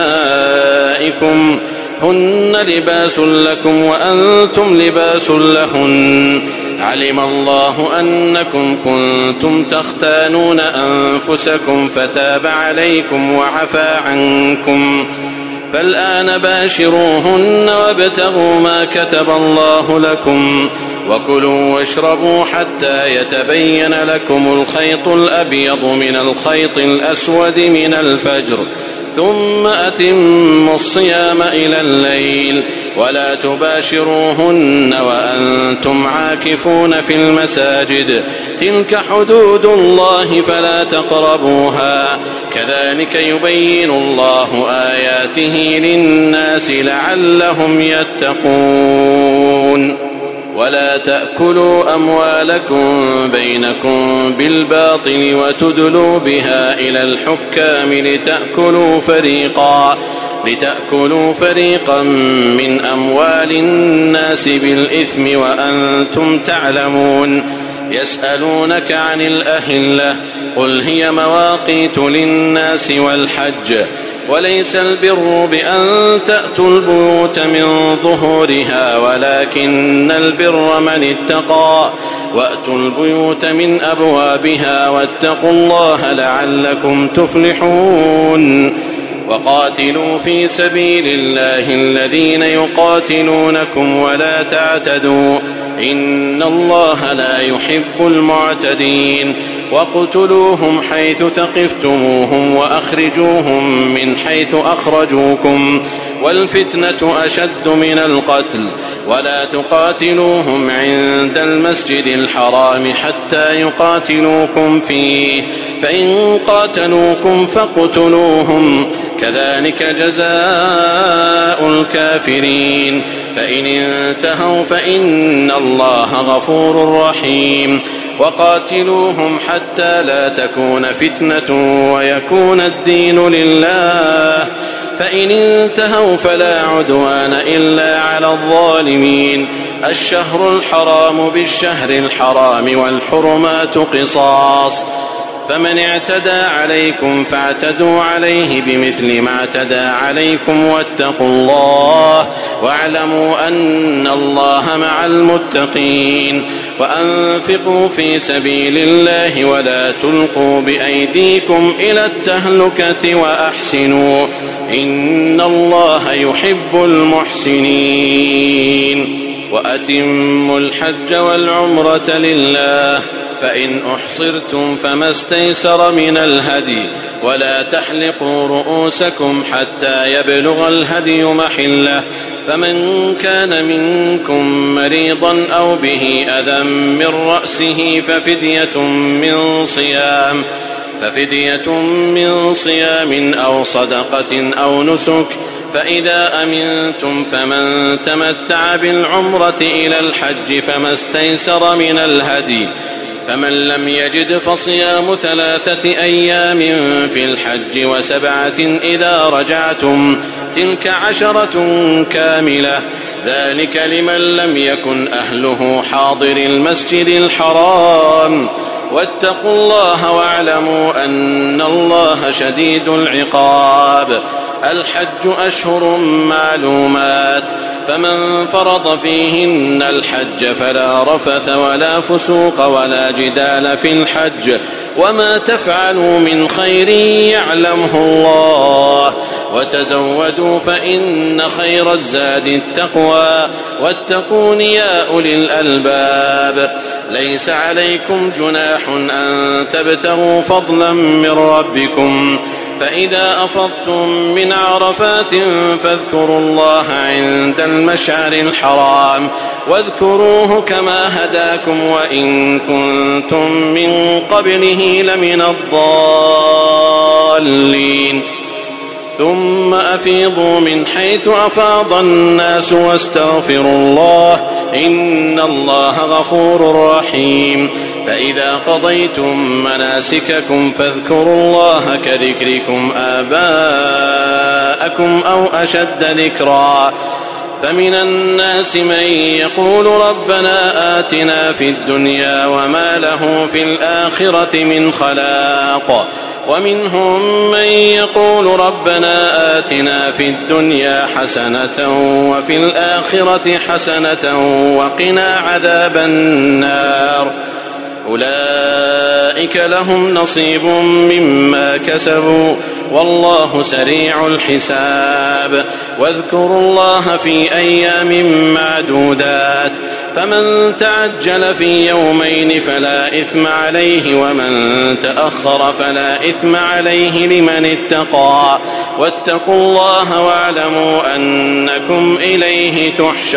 نسائكم هن لباس لكم وأنتم لباس لهن علم الله أنكم كنتم تختانون أنفسكم فتاب عليكم وعفى عنكم فالآن باشروهن وابتغوا ما كتب الله لكم وكلوا واشربوا حتى يتبين لكم الخيط الأبيض من الخيط الأسود من الفجر ثم أتموا الصيام إلى الليل ولا تباشروهن وأنتم عاكفون في المساجد تلك حدود الله فلا تقربوها كذلك يبين الله آياته للناس لعلهم يتقون ولا تأكلوا أموالكم بينكم بالباطل وتدلوا بها إلى الحكام لتأكلوا فريقا من أموال الناس بالإثم وأنتم تعلمون يسألونك عن الأهلة قل هي مواقيت للناس والحج وليس البر بأن تأتوا البيوت من ظهورها ولكن البر من اتقى وأتوا البيوت من أبوابها واتقوا الله لعلكم تفلحون وقاتلوا في سبيل الله الذين يقاتلونكم ولا تعتدوا إن الله لا يحب المعتدين واقتلوهم حيث ثقفتموهم وأخرجوهم من حيث أخرجوكم والفتنة أشد من القتل ولا تقاتلوهم عند المسجد الحرام حتى يقاتلوكم فيه فإن قاتلوكم فاقتلوهم كذلك جزاء الكافرين فإن انتهوا فإن الله غفور رحيم وقاتلوهم حتى لا تكون فتنة ويكون الدين لله فإن انتهوا فلا عدوان إلا على الظالمين الشهر الحرام بالشهر الحرام والحرمات قصاص فمن اعتدى عليكم فاعتدوا عليه بمثل ما اعتدى عليكم واتقوا الله واعلموا أن الله مع المتقين وأنفقوا في سبيل الله ولا تلقوا بأيديكم إلى التهلكة وأحسنوا إن الله يحب المحسنين وأتموا الحج والعمرة لله فإن أحصرتم فما استيسر من الهدي ولا تحلقوا رؤوسكم حتى يبلغ الهدي محله فمن كان منكم مريضا أو به أذى من رأسه ففدية من صيام أو صدقة أو نسك فإذا أمنتم فمن تمتع بالعمرة إلى الحج فما استيسر من الهدي فمن لم يجد فصيام 3 أيام في الحج و7 إذا رجعتم تلك 10 كاملة ذلك لمن لم يكن أهله حاضر المسجد الحرام واتقوا الله واعلموا أن الله شديد العقاب الحج أشهر معلومات فمن فرض فيهن الحج فلا رفث ولا فسوق ولا جدال في الحج وما تفعلوا من خير يعلمه الله وتزودوا فإن خير الزاد التقوى واتقون يا أولي الألباب ليس عليكم جناح أن تبتغوا فضلا من ربكم فإذا أفضتم من عرفات فاذكروا الله عند المشعر الحرام واذكروه كما هداكم وإن كنتم من قبله لمن الضالين ثم أفيضوا من حيث أفاض الناس واستغفروا الله إن الله غفور رحيم فإذا قضيتم مناسككم فاذكروا الله كذكركم آباءكم أو أشد ذكرا فمن الناس من يقول ربنا آتنا في الدنيا وما له في الآخرة من خلاق ومنهم من يقول ربنا آتنا في الدنيا حسنة وفي الآخرة حسنة وقنا عذاب النار أولئك لهم نصيب مما كسبوا والله سريع الحساب واذكروا الله في أيام معدودات فمن تعجل في يومين فلا إثم عليه ومن تأخر فلا إثم عليه لمن اتقى واتقوا الله واعلموا أنكم إليه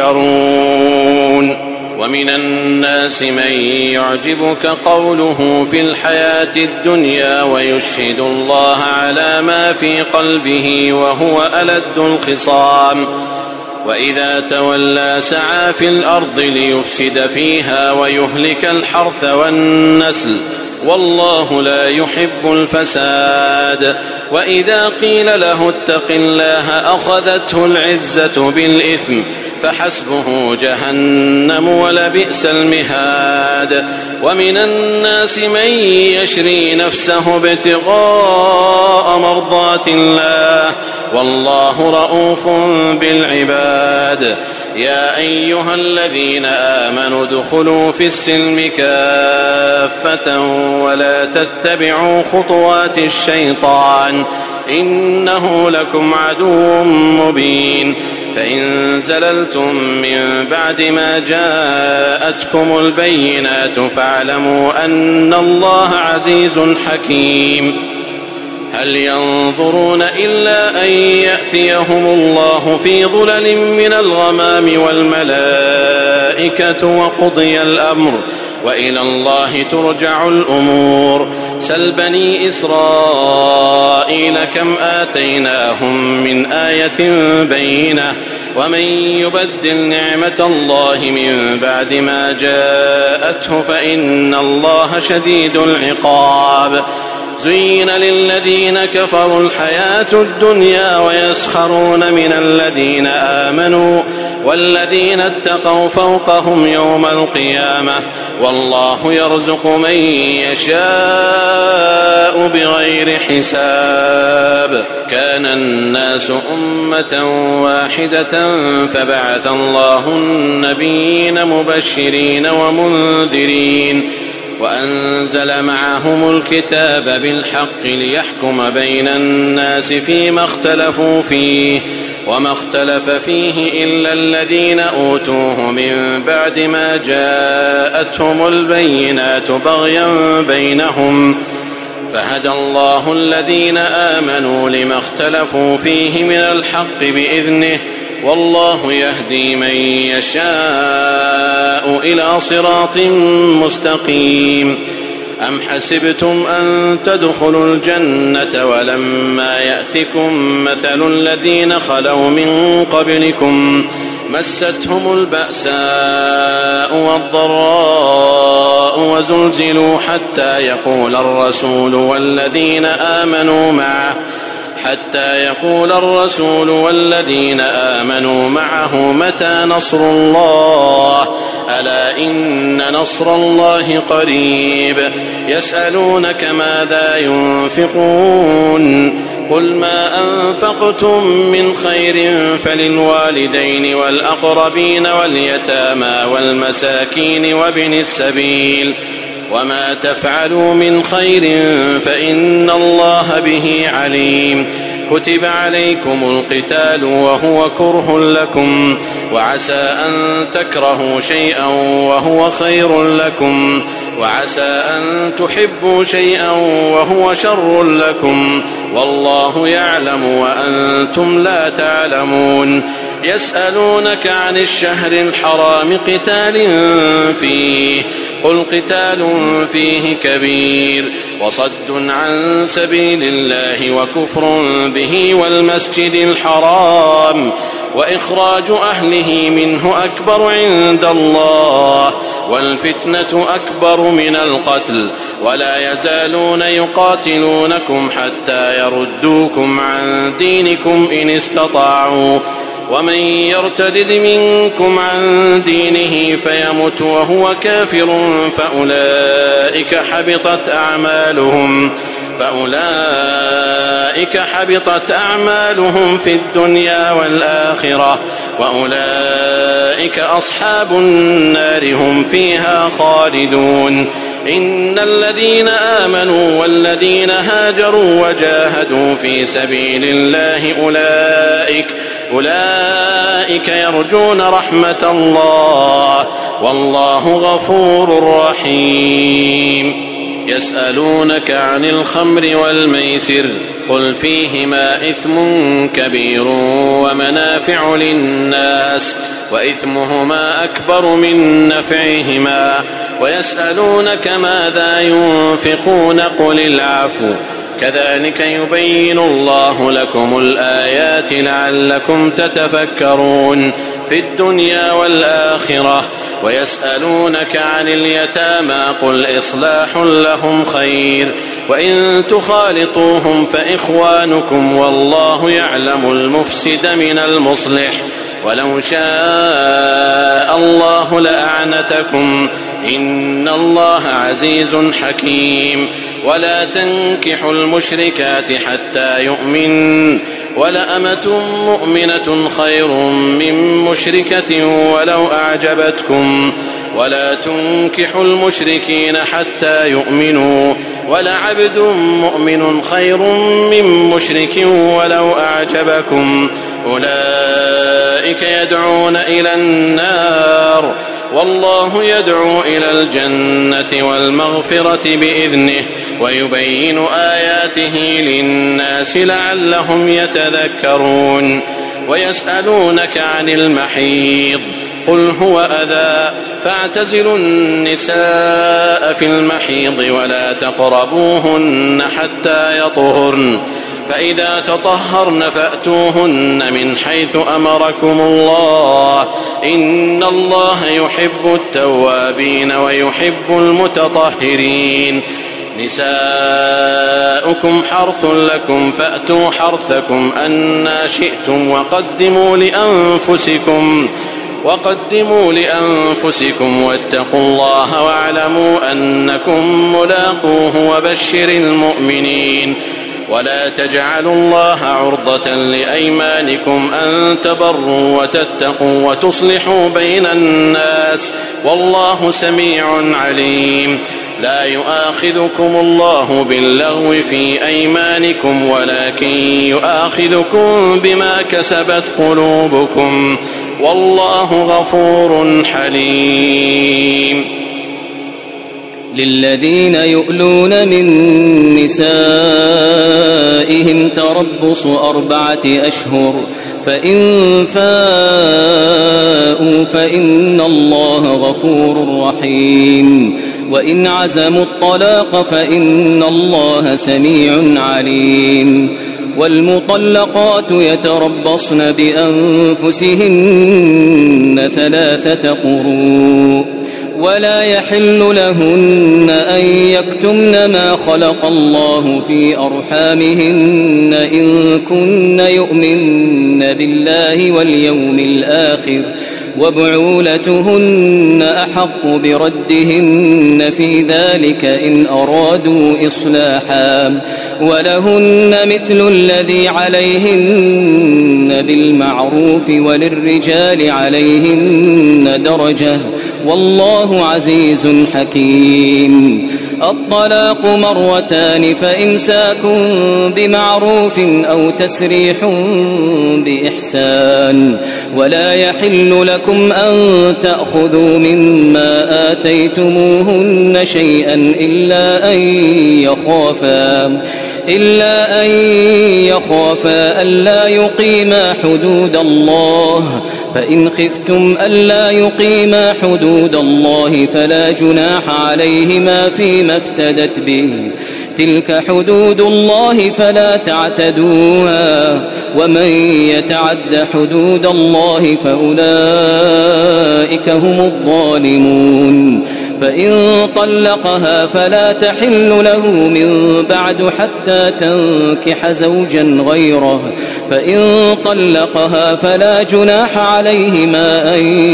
تحشرون. ومن الناس من يعجبك قوله في الحياة الدنيا ويشهد الله على ما في قلبه وهو ألد الخصام وإذا تولى سعى في الأرض ليفسد فيها ويهلك الحرث والنسل والله لا يحب الفساد. وإذا قيل له اتق الله أخذته العزة بالإثم فحسبه جهنم ولبئس المهاد. ومن الناس من يشري نفسه ابتغاء مرضات الله والله رؤوف بالعباد. يا أيها الذين آمنوا ادخلوا في السلم كافة ولا تتبعوا خطوات الشيطان إنه لكم عدو مبين. فإن زللتم من بعد ما جاءتكم البينات فاعلموا أن الله عزيز حكيم. هل ينظرون إلا أن يأتيهم الله في ظلل من الغمام والملائكة وقضي الأمر وإلى الله ترجع الأمور. سل بني إسرائيل كم آتيناهم من آية بينة ومن يبدل نعمة الله من بعد ما جاءته فإن الله شديد العقاب. زين للذين كفروا الحياة الدنيا ويسخرون من الذين آمنوا والذين اتقوا فوقهم يوم القيامة والله يرزق من يشاء بغير حساب. كان الناس أمة واحدة فبعث الله النبيين مبشرين ومنذرين وأنزل معهم الكتاب بالحق ليحكم بين الناس فيما اختلفوا فيه وما اختلف فيه إلا الذين أوتوه من بعد ما جاءتهم البينات بغيا بينهم فهدى الله الذين آمنوا لما اختلفوا فيه من الحق بإذنه والله يهدي من يشاء إلى صراط مستقيم. أم حسبتم أن تدخلوا الجنة ولما يأتكم مثل الذين خلوا من قبلكم مستهم البأساء والضراء وزلزلوا حتى يقول الرسول والذين آمنوا معه متى نصر الله ألا إن نصر الله قريب. يسألونك ماذا ينفقون قل ما أنفقتم من خير فللوالدين والأقربين واليتامى والمساكين وابن السبيل وما تفعلوا من خير فإن الله به عليم. كتب عليكم القتال وهو كره لكم وعسى أن تكرهوا شيئا وهو خير لكم وعسى أن تحبوا شيئا وهو شر لكم والله يعلم وأنتم لا تعلمون. يسألونك عن الشهر الحرام قتال فيه قل قتال فيه كبير وصد عن سبيل الله وكفر به والمسجد الحرام وإخراج أهله منه أكبر عند الله والفتنة أكبر من القتل ولا يزالون يقاتلونكم حتى يردوكم عن دينكم إن استطاعوا ومن يرتدد منكم عن دينه فيمت وهو كافر فأولئك حبطت أعمالهم في الدنيا والآخرة وأولئك أصحاب النار هم فيها خالدون. إن الذين آمنوا والذين هاجروا وجاهدوا في سبيل الله أولئك يرجون رحمة الله والله غفور رحيم. يسألونك عن الخمر والميسر قل فيهما إثم كبير ومنافع للناس وإثمهما أكبر من نفعهما ويسألونك ماذا ينفقون قل العفو كذلك يبين الله لكم الآيات لعلكم تتفكرون في الدنيا والآخرة. ويسألونك عن اليتامى قل إصلاح لهم خير وإن تخالطوهم فإخوانكم والله يعلم المفسد من المصلح ولو شاء الله لأعنتكم إن الله عزيز حكيم. ولا تنكحوا المشركات حتى يؤمن ولأمة مؤمنة خير من مشركة ولو أعجبتكم ولا تنكحوا المشركين حتى يؤمنوا ولعبد مؤمن خير من مشرك ولو أعجبكم أولئك يدعون إلى النار والله يدعو إلى الجنة والمغفرة بإذنه ويبين آياته للناس لعلهم يتذكرون. ويسألونك عن المحيض قل هو أذى فاعتزلوا النساء في المحيض ولا تقربوهن حتى يطهرن فإذا تطهرن فأتوهن من حيث أمركم الله إن الله يحب التوابين ويحب المتطهرين. نساؤكم حرث لكم فأتوا حرثكم أنى شئتم وقدموا لأنفسكم واتقوا الله واعلموا أنكم ملاقوه وبشر المؤمنين. ولا تجعلوا الله عرضة لأيمانكم أن تبروا وتتقوا وتصلحوا بين الناس والله سميع عليم. لا يؤاخذكم الله باللغو في أيمانكم ولكن يؤاخذكم بما كسبت قلوبكم والله غفور حليم. للذين يؤلون من نسائهم تربص 4 أشهر فإن فاءوا فإن الله غفور رحيم. وإن عزموا الطلاق فإن الله سميع عليم. والمطلقات يتربصن بأنفسهن 3 قروء ولا يحل لهن أن يكتمن ما خلق الله في أرحامهن إن كن يؤمن بالله واليوم الآخر وبعولتهن أحق بردهن في ذلك إن أرادوا إصلاحا ولهن مثل الذي عليهن بالمعروف وللرجال عليهن درجة والله عزيز حكيم. الطلاق 2 فإمساك بمعروف أو تسريح بإحسان ولا يحل لكم أن تأخذوا مما آتيتموهن شيئا إلا أن يخافا ألا يقيما حدود الله فإن خفتم ألا يقيما حدود الله فلا جناح عليهما فيما افتدت به تلك حدود الله فلا تعتدوها ومن يتعد حدود الله فأولئك هم الظالمون. فإن طلقها فلا تحل له من بعد حتى تنكح زوجا غيره فإن طلقها فلا جناح عليهما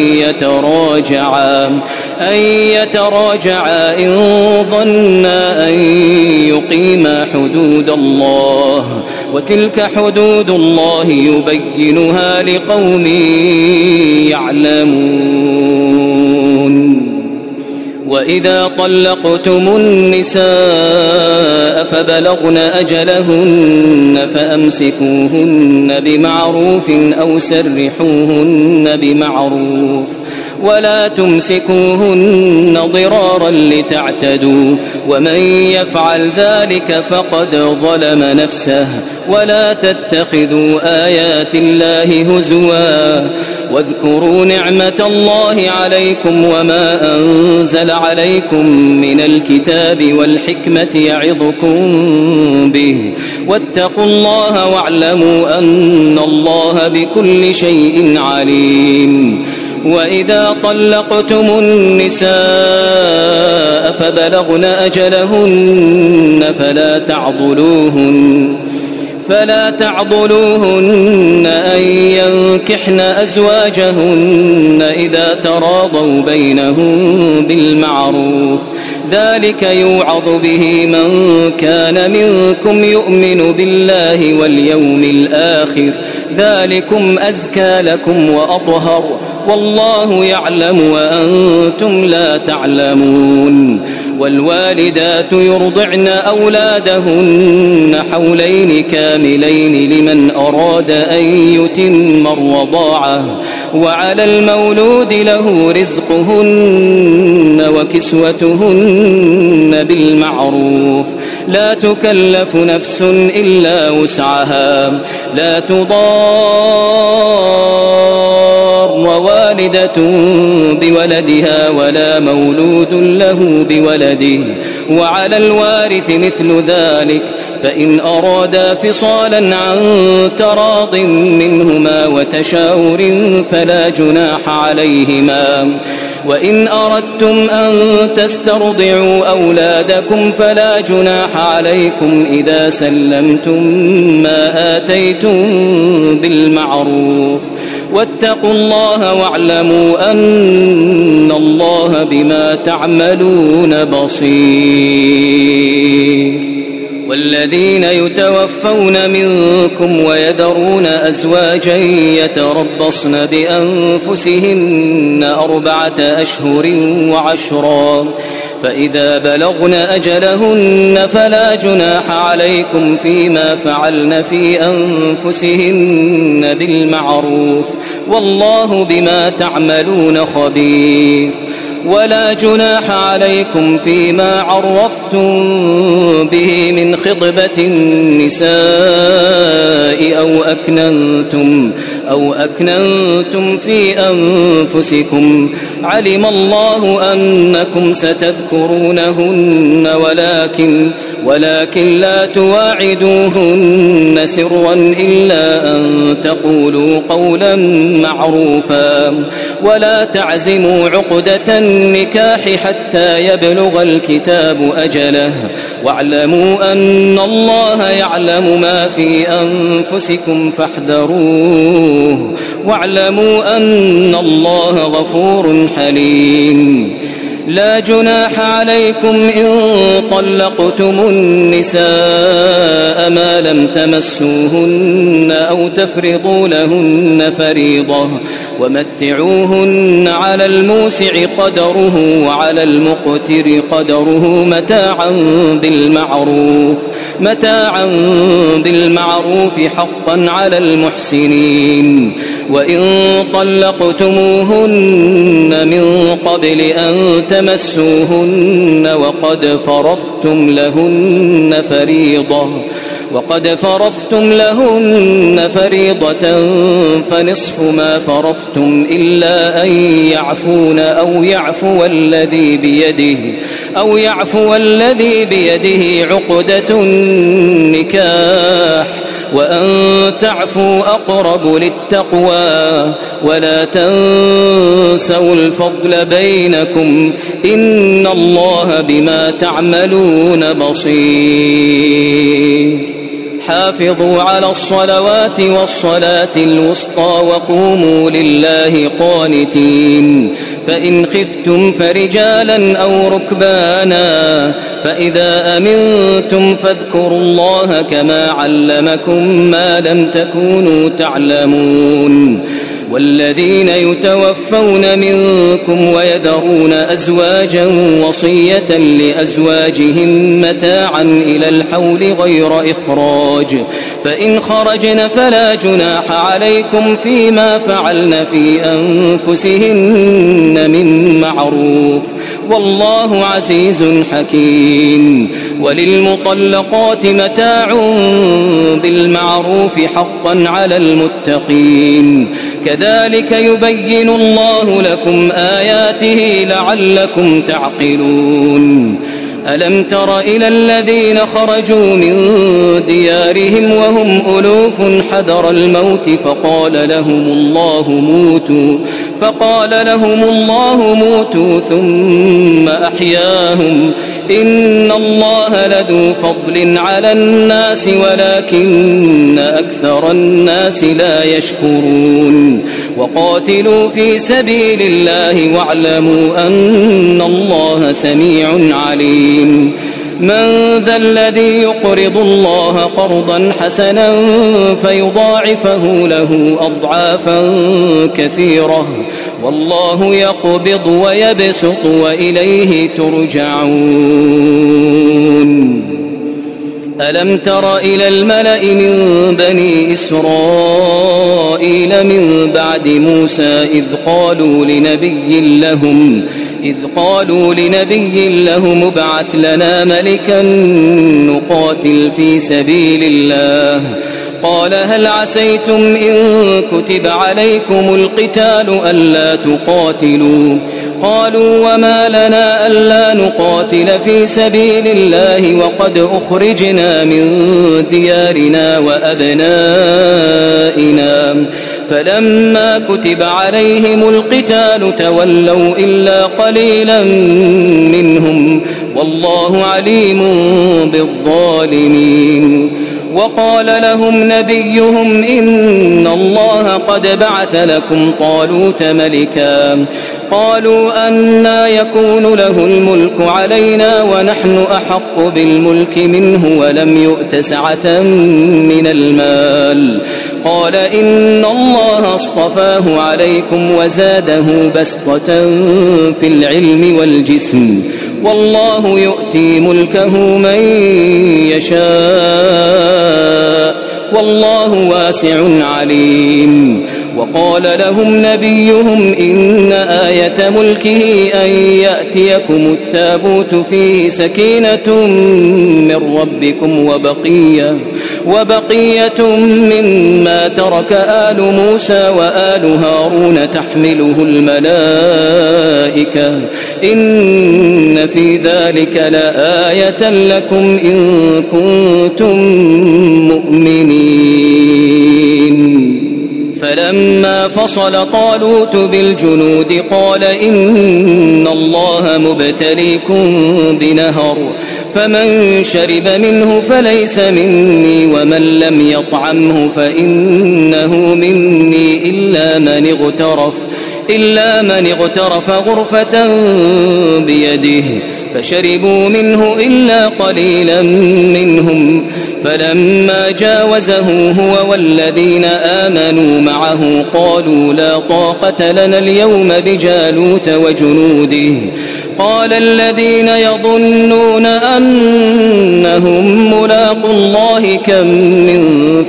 أن يتراجعا إن ظنا أن يقيما حدود الله وتلك حدود الله يبينها لقوم يعلمون. وإذا طلقتم النساء فبلغن أجلهن فأمسكوهن بمعروف أو سرحوهن بمعروف ولا تمسكوهن ضرارا لتعتدوا ومن يفعل ذلك فقد ظلم نفسه ولا تتخذوا آيات الله هزوا واذكروا نعمة الله عليكم وما أنزل عليكم من الكتاب والحكمة يعظكم به واتقوا الله واعلموا أن الله بكل شيء عليم. وإذا طلقتم النساء فبلغن أجلهن فلا تعضلوهن أن ينكحن أزواجهن إذا تراضوا بينهم بالمعروف ذلك يوعظ به من كان منكم يؤمن بالله واليوم الآخر ذلكم أزكى لكم وأطهر والله يعلم وأنتم لا تعلمون. والوالدات يرضعن أولادهن حولين كاملين لمن أراد أن يتم الرضاعة وعلى المولود له رزقهن وكسوتهن بالمعروف لا تكلف نفس إلا وسعها لا تضار والدة بولدها ولا مولود له بولده وعلى الوارث مثل ذلك فإن أرادا فصالا عن تراض منهما وتشاور فلا جناح عليهما. وإن أردتم أن تسترضعوا أولادكم فلا جناح عليكم إذا سلمتم ما آتيتم بالمعروف واتقوا الله واعلموا أن الله بما تعملون بصير. والذين يتوفون منكم ويذرون أزواجا يتربصن بأنفسهن 4 أشهر وعشرا فإذا بلغن أجلهن فلا جناح عليكم فيما فعلن في أنفسهن بالمعروف والله بما تعملون خبير. ولا جناح عليكم فيما عرفتم به من خطبة النساء أو أكننتم في أنفسكم علم الله أنكم ستذكرونهن ولكن لا تواعدوهن سرا إلا أن تقولوا قولا معروفا ولا تعزموا عقدة النكاح حتى يبلغ الكتاب أجله واعلموا أن الله يعلم ما في أنفسكم فاحذروه واعلموا أن الله غفور حليم. لا جناح عليكم إن طلقتم النساء ما لم تمسوهن أو تفرضوا لهن فريضة ومتعوهن على الموسع قدره وعلى المقتر قدره متاعا بالمعروف حقا على المحسنين. وإن طلقتموهن من قبل أن تمسوهن وقد فرضتم لهن فريضة فنصف ما فرضتم إلا أن يعفون أو يعفو الذي بيده عقدة النكاح وأن تعفوا أقرب للتقوى ولا تنسوا الفضل بينكم إن الله بما تعملون بصير. حافظوا على الصلوات والصلاة الوسطى وقوموا لله قانتين فإن خفتم فرجالا أو ركبانا فإذا أمنتم فاذكروا الله كما علمكم ما لم تكونوا تعلمون والذين يتوفون منكم ويذرون أزواجا وصية لأزواجهم متاعا إلى الحول غير إخراج، فإن خرجن فلا جناح عليكم فيما فعلن في أنفسهن من معروف، والله عزيز حكيم. وللمطلقات متاع بالمعروف حقا على المتقين، كذلك يبين الله لكم آياته لعلكم تعقلون. ألم تر إلى الذين خرجوا من ديارهم وهم ألوف حذر الموت فقال لهم الله موتوا ثم أحياهم، إن الله لذو فضل على الناس ولكن أكثر الناس لا يشكرون. وقاتلوا في سبيل الله واعلموا أن الله سميع عليم. من ذا الذي يقرض الله قرضا حسنا فيضاعفه له أضعافا كثيرة، والله يقبض ويبسط وإليه ترجعون. ألم تر إلى الملأ من بني إسرائيل من بعد موسى إذ قالوا لنبي لهم ابعث لنا ملكا نقاتل في سبيل الله، قال هل عسيتم إن كتب عليكم القتال ألا تقاتلوا؟ قالوا وما لنا ألا نقاتل في سبيل الله وقد أخرجنا من ديارنا وأبنائنا، فلما كتب عليهم القتال تولوا إلا قليلا منهم، والله عليم بالظالمين. وقال لهم نبيهم إن الله قد بعث لكم طالوت ملكا، قالوا أنى يكون له الملك علينا ونحن أحق بالملك منه ولم يؤت سعة من المال، قال إن الله اصطفاه عليكم وزاده بسطة في العلم والجسم، والله يؤتي ملكه من يشاء والله واسع عليم. وقال لهم نبيهم إن آية ملكه أن يأتيكم التابوت فيه سكينة من ربكم وبقية مما ترك آل موسى وآل هارون تحمله الملائكة، إن في ذلك لآية لكم إن كنتم مؤمنين. فلما فصل طالوت بالجنود قال إن الله مبتليكم بنهر، فمن شرب منه فليس مني ومن لم يطعمه فإنه مني إلا من اغترف غرفة بيده، فشربوا منه إلا قليلا منهم، فلما جاوزه هو والذين آمنوا معه قالوا لا طاقة لنا اليوم بجالوت وجنوده، قال الذين يظنون أنهم ملاقوا الله كم من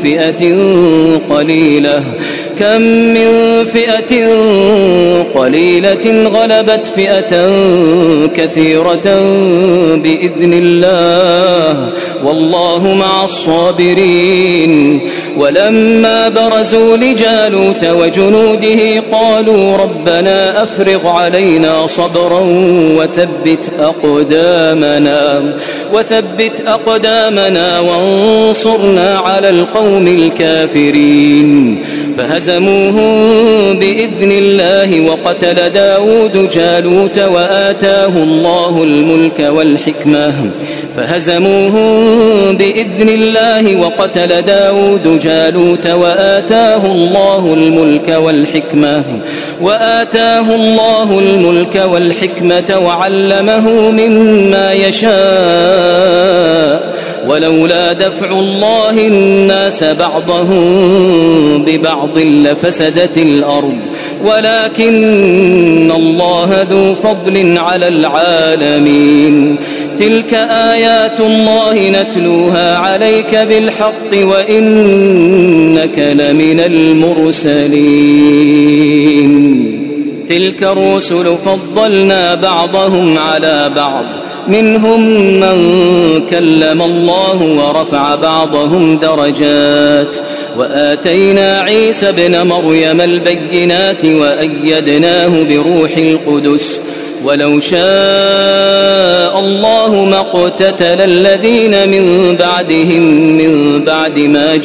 فئة قليلة غلبت فئة كثيرة بإذن الله، والله مع الصابرين. ولما برزوا لجالوت وجنوده قالوا ربنا أفرغ علينا صبرا وثبت أقدامنا وانصرنا على القوم الكافرين، فهزموهم بإذن الله وقتل داود جالوت وآتاه الله الملك والحكمة وعلمه مما يشاء ولولا دفع الله الناس بعضهم ببعض لفسدت الأرض ولكن الله ذو فضل على العالمين تلك آيات الله نتلوها عليك بالحق وإنك لمن المرسلين تلك الرسل فضلنا بعضهم على بعض منهم من كلم الله ورفع بعضهم درجات وآتينا عيسى ابن مريم البينات وأيدناه بروح القدس ولو شاء الله ما اقتتل الذين من بعدهم من بعد ما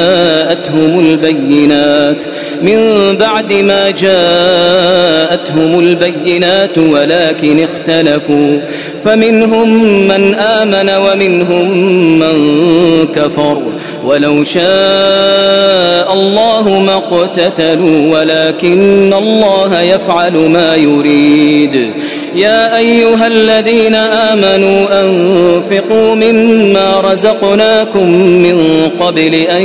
جاءتهم البينات ولكن اختلفوا فمنهم من آمن ومنهم من كفر ولو شاء الله ما اقتتلوا ولكن الله يفعل ما يريد يا أيها الذين آمنوا أنفقوا مما رزقناكم من قبل أن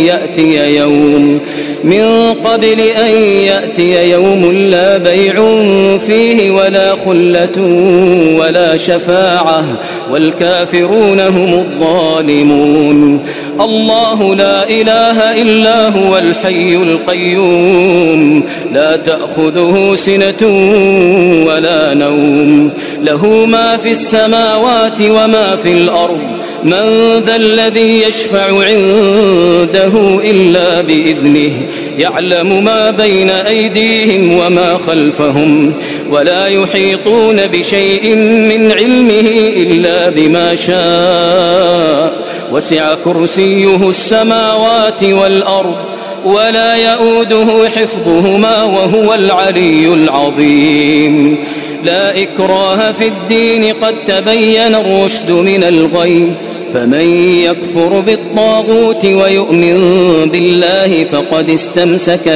يأتي يوم لا بيع فيه ولا خلة ولا شفاعة والكافرون هم الظالمون الله لا إله إلا هو الحي القيوم لا تأخذه سنة ولا نوم له ما في السماوات وما في الأرض من ذا الذي يشفع عنده إلا بإذنه يعلم ما بين أيديهم وما خلفهم ولا يحيطون بشيء من علمه إلا بما شاء وسع كرسيه السماوات والأرض ولا يؤوده حفظهما وهو العلي العظيم لا إكراه في الدين قد تبين الرشد من الغي فمن يكفر بالطاغوت ويؤمن بالله فقد استمسك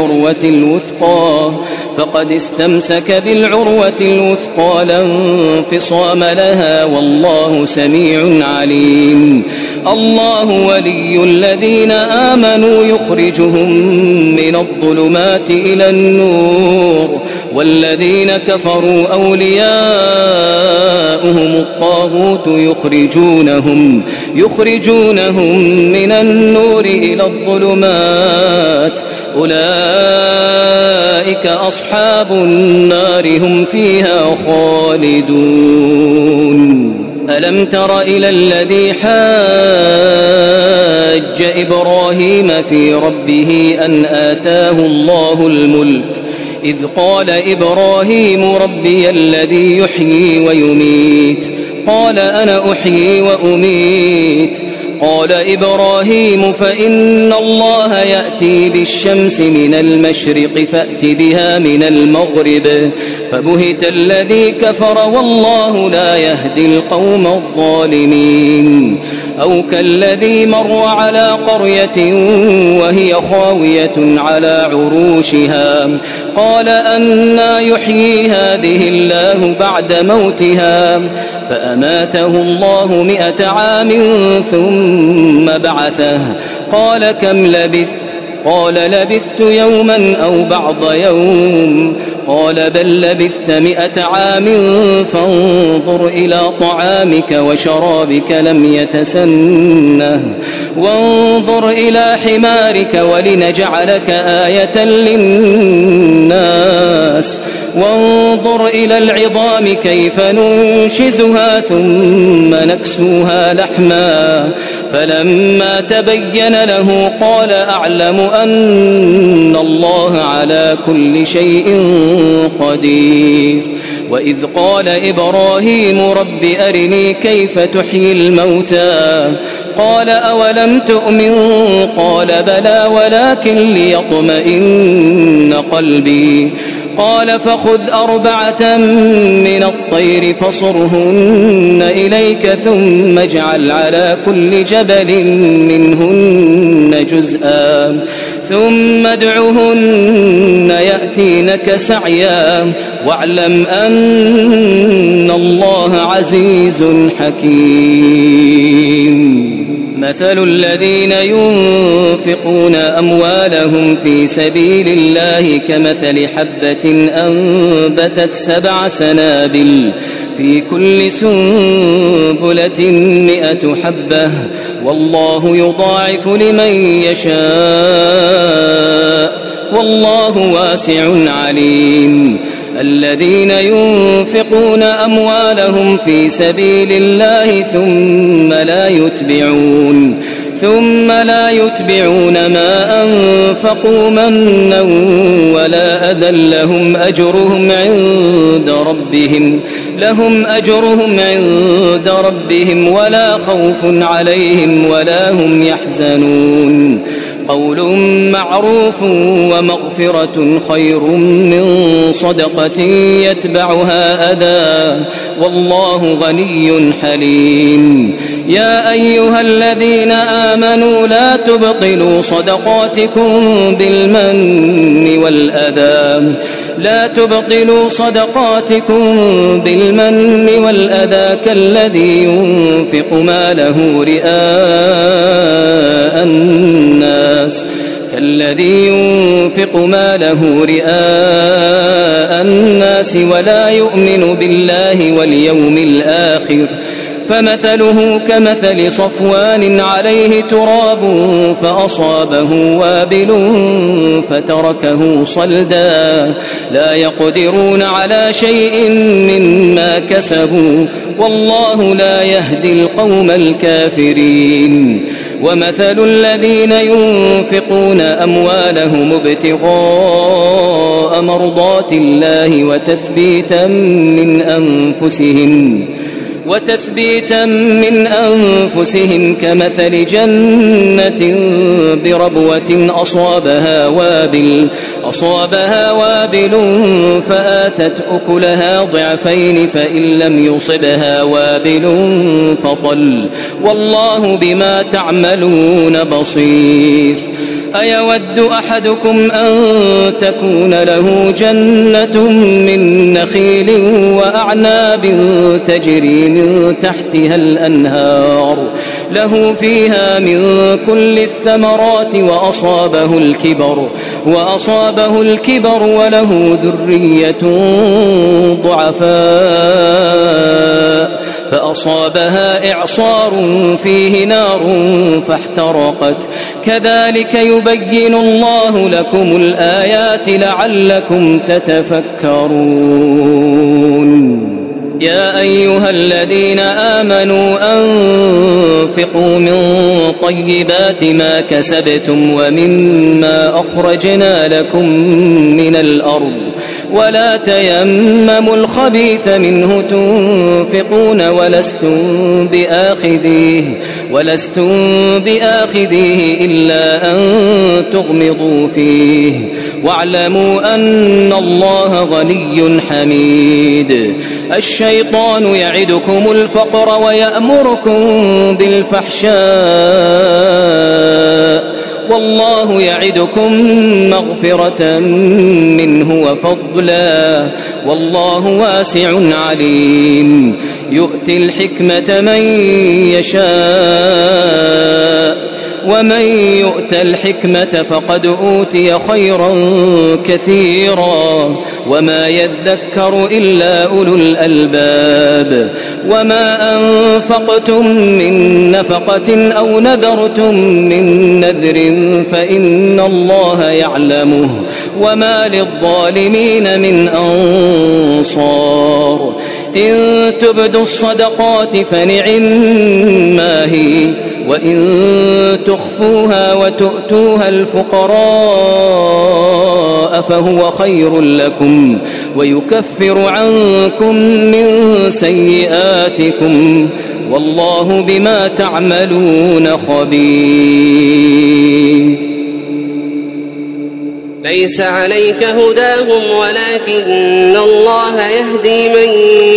بالعروة الوثقى لا انفصام لها والله سميع عليم الله ولي الذين آمنوا يخرجهم من الظلمات إلى النور والذين كفروا أولياؤهم الطاغوت يخرجونهم من النور إلى الظلمات أولئك أصحاب النار هم فيها خالدون ألم تر إلى الذي حاج إبراهيم في ربه أن آتاه الله الملك إذ قال إبراهيم ربي الذي يحيي ويميت قال أنا أحيي وأميت قال إبراهيم فإن الله يأتي بالشمس من المشرق فأت بها من المغرب فبهت الذي كفر والله لا يهدي القوم الظالمين أو كالذي مر على قرية وهي خاوية على عروشها قال أنى يحيي هذه الله بعد موتها فأماته الله 100 عام ثم بعثه قال كم لبثت قال لبثت يوما أو بعض يوم قال بل لبثت 100 عام فانظر إلى طعامك وشرابك لم يتسنه وانظر إلى حمارك ولنجعلك آية للناس وانظر إلى العظام كيف ننشزها ثم نكسوها لحما فلما تبين له قال أعلم أن الله على كل شيء قدير وإذ قال إبراهيم رب أرني كيف تحيي الموتى قال أولم تؤمن قال بلى ولكن ليطمئن قلبي قال فخذ 4 من الطير فصرهن إليك ثم اجعل على كل جبل منهن جزءا ثم ادعهن يأتينك سعيا واعلم أن الله عزيز حكيم. مثل الذين ينفقون أموالهم في سبيل الله كمثل حبة أنبتت 7 سنابل في كل سنبلة 100 حبة والله يضاعف لمن يشاء والله واسع عليم. الذين ينفقون أموالهم في سبيل الله ثم لا يتبعون ما أنفقوا منا ولا أذى لهم أجرهم عند ربهم ولا خوف عليهم ولا هم يحزنون. قول معروف ومغفرة خير من صدقة يتبعها أذى والله غني حليم. يا أيها الذين آمنوا لا تبطلوا صدقاتكم بالمن والأذى كالذي ينفق ماله رئاء الناس ولا يؤمن بالله واليوم الآخر فمثله كمثل صفوان عليه تراب فأصابه وابل فتركه صلدا لا يقدرون على شيء مما كسبوا والله لا يهدي القوم الكافرين. ومثل الذين ينفقون أموالهم ابتغاء مرضات الله وتثبيتا من أنفسهم كمثل جنة بربوة أصابها وابل فآتت أكلها ضعفين فإن لم يصبها وابل فطل والله بما تعملون بصير. أيود أحدكم أن تكون له جنة من نخيل وأعناب تجري من تحتها الأنهار له فيها من كل الثمرات وأصابه الكبر وله ذرية ضعفاء فأصابها إعصار فيه نار فاحترقت كذلك يبين الله لكم الآيات لعلكم تتفكرون. يا أيها الذين آمنوا أنفقوا من طيبات ما كسبتم ومما أخرجنا لكم من الأرض ولا تيمموا الخبيث منه تنفقون ولستم بآخذيه إلا أن تغمضوا فيه واعلموا أن الله غني حميد. الشيطان يعدكم الفقر ويأمركم بالفحشاء والله يعدكم مغفرة منه وفضلا والله واسع عليم. يؤتي الحكمة من يشاء ومن يؤت الحكمة فقد أوتي خيرا كثيرا وما يذكر إلا أولو الألباب. وما أنفقتم من نفقة أو نذرتم من نذر فإن الله يعلمه وما للظالمين من أنصار. إن تبدوا الصدقات فنعما هي وإن تخفوها وتؤتوها الفقراء فهو خير لكم ويكفر عنكم من سيئاتكم والله بما تعملون خبير. ليس عليك هداهم ولكن الله يهدي من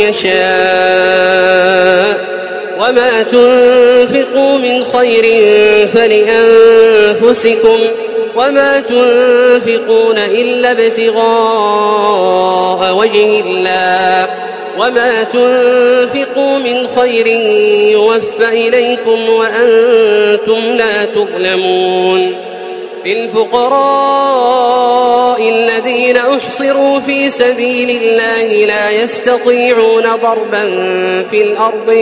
يشاء وما تنفقوا من خير فلأنفسكم وما تنفقون إلا ابتغاء وجه الله وما تنفقوا من خير يوفى إليكم وأنتم لا تظلمون للفقراء الذين أحصروا في سبيل الله لا يستطيعون ضربا في الأرض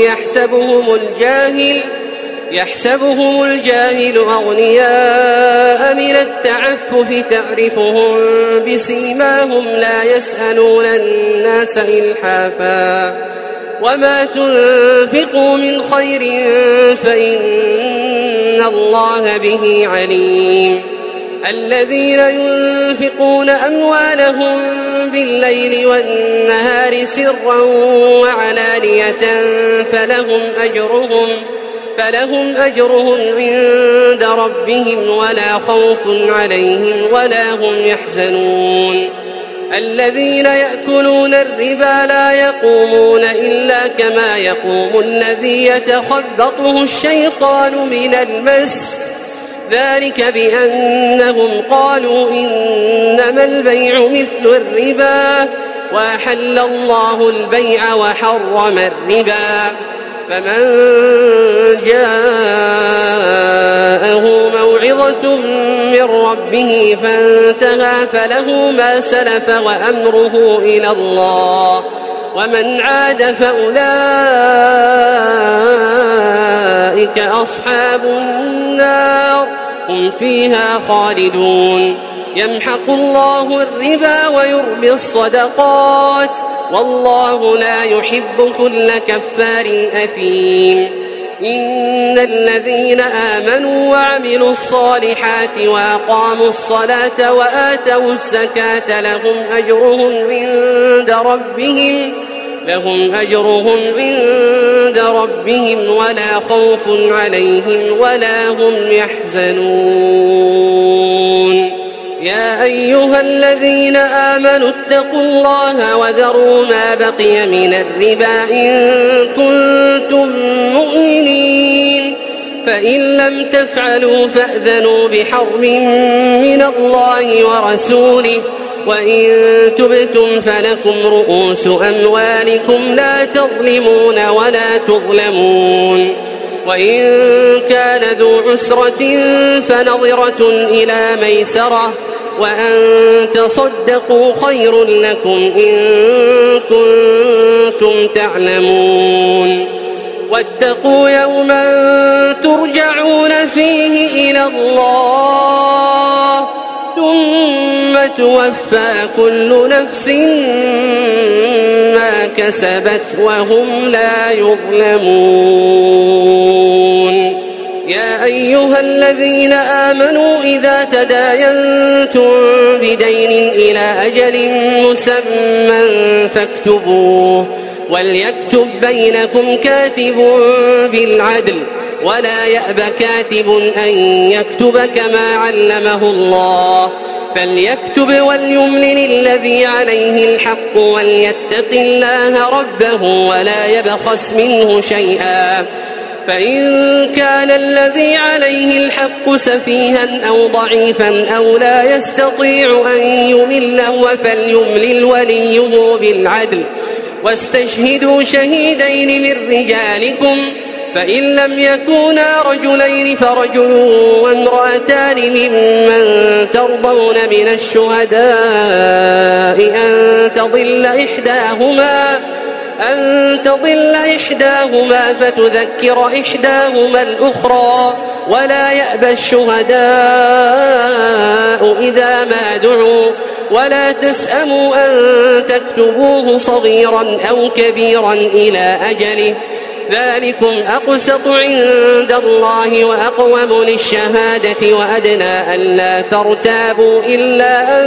يحسبهم الجاهل أغنياء من التعفف تعرفهم بسيماهم لا يسألون الناس إلحافا وما تنفقوا من خير فإن الله به عليم الذين ينفقون أموالهم بالليل والنهار سرا وعلانية فلهم أجرهم عند ربهم ولا خوف عليهم ولا هم يحزنون الذين يأكلون الربا لا يقومون إلا كما يقوم الذي يتخبطه الشيطان من المس ذلك بأنهم قالوا إنما البيع مثل الربا وأحل الله البيع وحرم الربا فمن جاءه موعظة من ربه فانتهى فله ما سلف وأمره إلى الله ومن عاد فأولئك أصحاب النار هم فيها خالدون يمحق الله الربا ويربي الصدقات والله لا يحب كل كفار أثيم إن الذين آمنوا وعملوا الصالحات وأقاموا الصلاة وآتوا الزكاة لهم أجرهم عند ربهم ولا خوف عليهم ولا هم يحزنون يا أيها الذين آمنوا اتقوا الله وذروا ما بقي من الربا إن كنتم مؤمنين فإن لم تفعلوا فأذنوا بحرب من الله ورسوله وإن تبتم فلكم رؤوس أموالكم لا تظلمون ولا تظلمون وإن كان ذو عسرة فنظرة إلى ميسرة وأن تصدقوا خير لكم إن كنتم تعلمون واتقوا يوما ترجعون فيه إلى الله ثم توفى كل نفس ما كسبت وهم لا يظلمون يا أيها الذين آمنوا إذا تداينتم بدين إلى أجل مسمى فاكتبوه وليكتب بينكم كاتب بالعدل ولا يأب كاتب أن يكتب كما علمه الله فليكتب وليملل الذي عليه الحق وليتق الله ربه ولا يبخس منه شيئا فإن كان الذي عليه الحق سفيها أو ضعيفا أو لا يستطيع أن يمله فليملل وليه بالعدل واستشهدوا شهيدين من رجالكم فإن لم يكونا رجلين فرجل وامرأتان ممن ترضون من الشهداء أن تضل إحداهما فتذكر إحداهما الأخرى ولا يأبى الشهداء إذا ما دعوا ولا تسأموا أن تكتبوه صغيرا أو كبيرا إلى أجله ذلكم أقسط عند الله وأقوم للشهادة وأدنى ألا ترتابوا إلا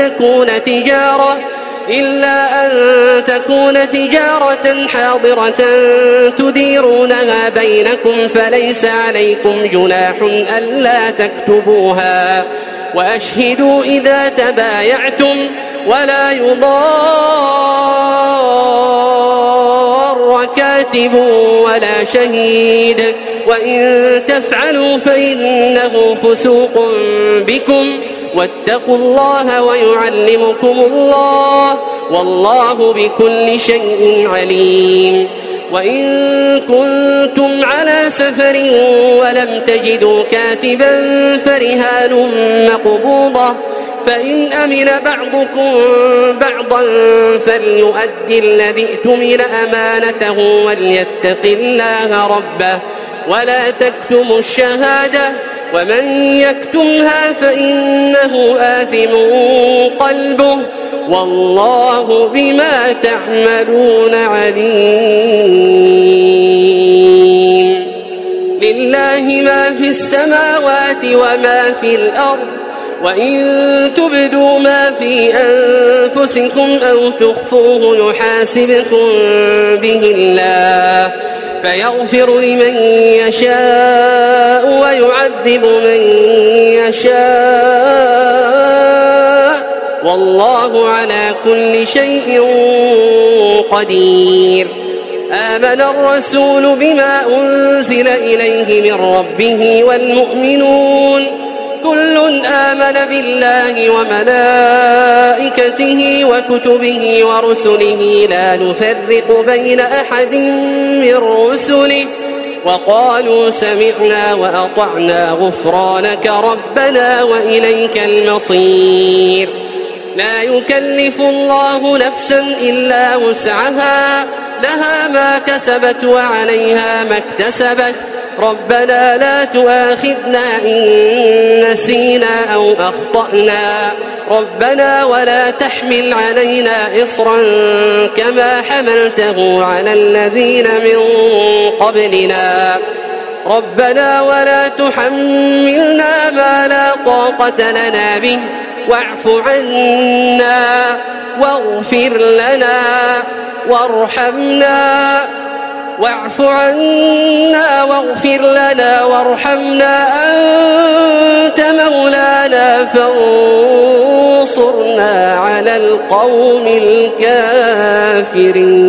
أن تكون تجارة حاضرة تديرونها بينكم فليس عليكم جناح ألا تكتبوها وأشهدوا إذا تبايعتم ولا يضار كاتب ولا شهيد وإن تفعلوا فإنه فسوق بكم واتقوا الله ويعلمكم الله والله بكل شيء عليم. وإن كنتم على سفر ولم تجدوا كاتبا فرهان مقبوضة فإن أمن بعضكم بعضا فليؤدي الذي اؤتمن أمانته وليتق الله ربه ولا تكتموا الشهادة ومن يكتمها فإنه آثم قلبه والله بما تعملون عليم. لله ما في السماوات وما في الأرض وإن تبدوا ما في أنفسكم أو تخفوه يحاسبكم به الله فيغفر لمن يشاء ويعذب من يشاء والله على كل شيء قدير. آمن الرسول بما أنزل إليه من ربه والمؤمنون كل آمن بالله وملائكته وكتبه ورسله لا نفرق بين أحد من رسله وقالوا سمعنا وأطعنا غفرانك ربنا وإليك المصير. لا يكلف الله نفسا إلا وسعها لها ما كسبت وعليها ما اكتسبت ربنا لا تؤاخذنا إن نسينا أو أخطأنا ربنا ولا تحمل علينا إصرا كما حملته على الذين من قبلنا ربنا ولا تحملنا ما لا طاقة لنا به واعف عنا واغفر لنا وارحمنا واعف عنا واغفر لنا وارحمنا أنت مولانا فانصرنا على القوم الكافرين.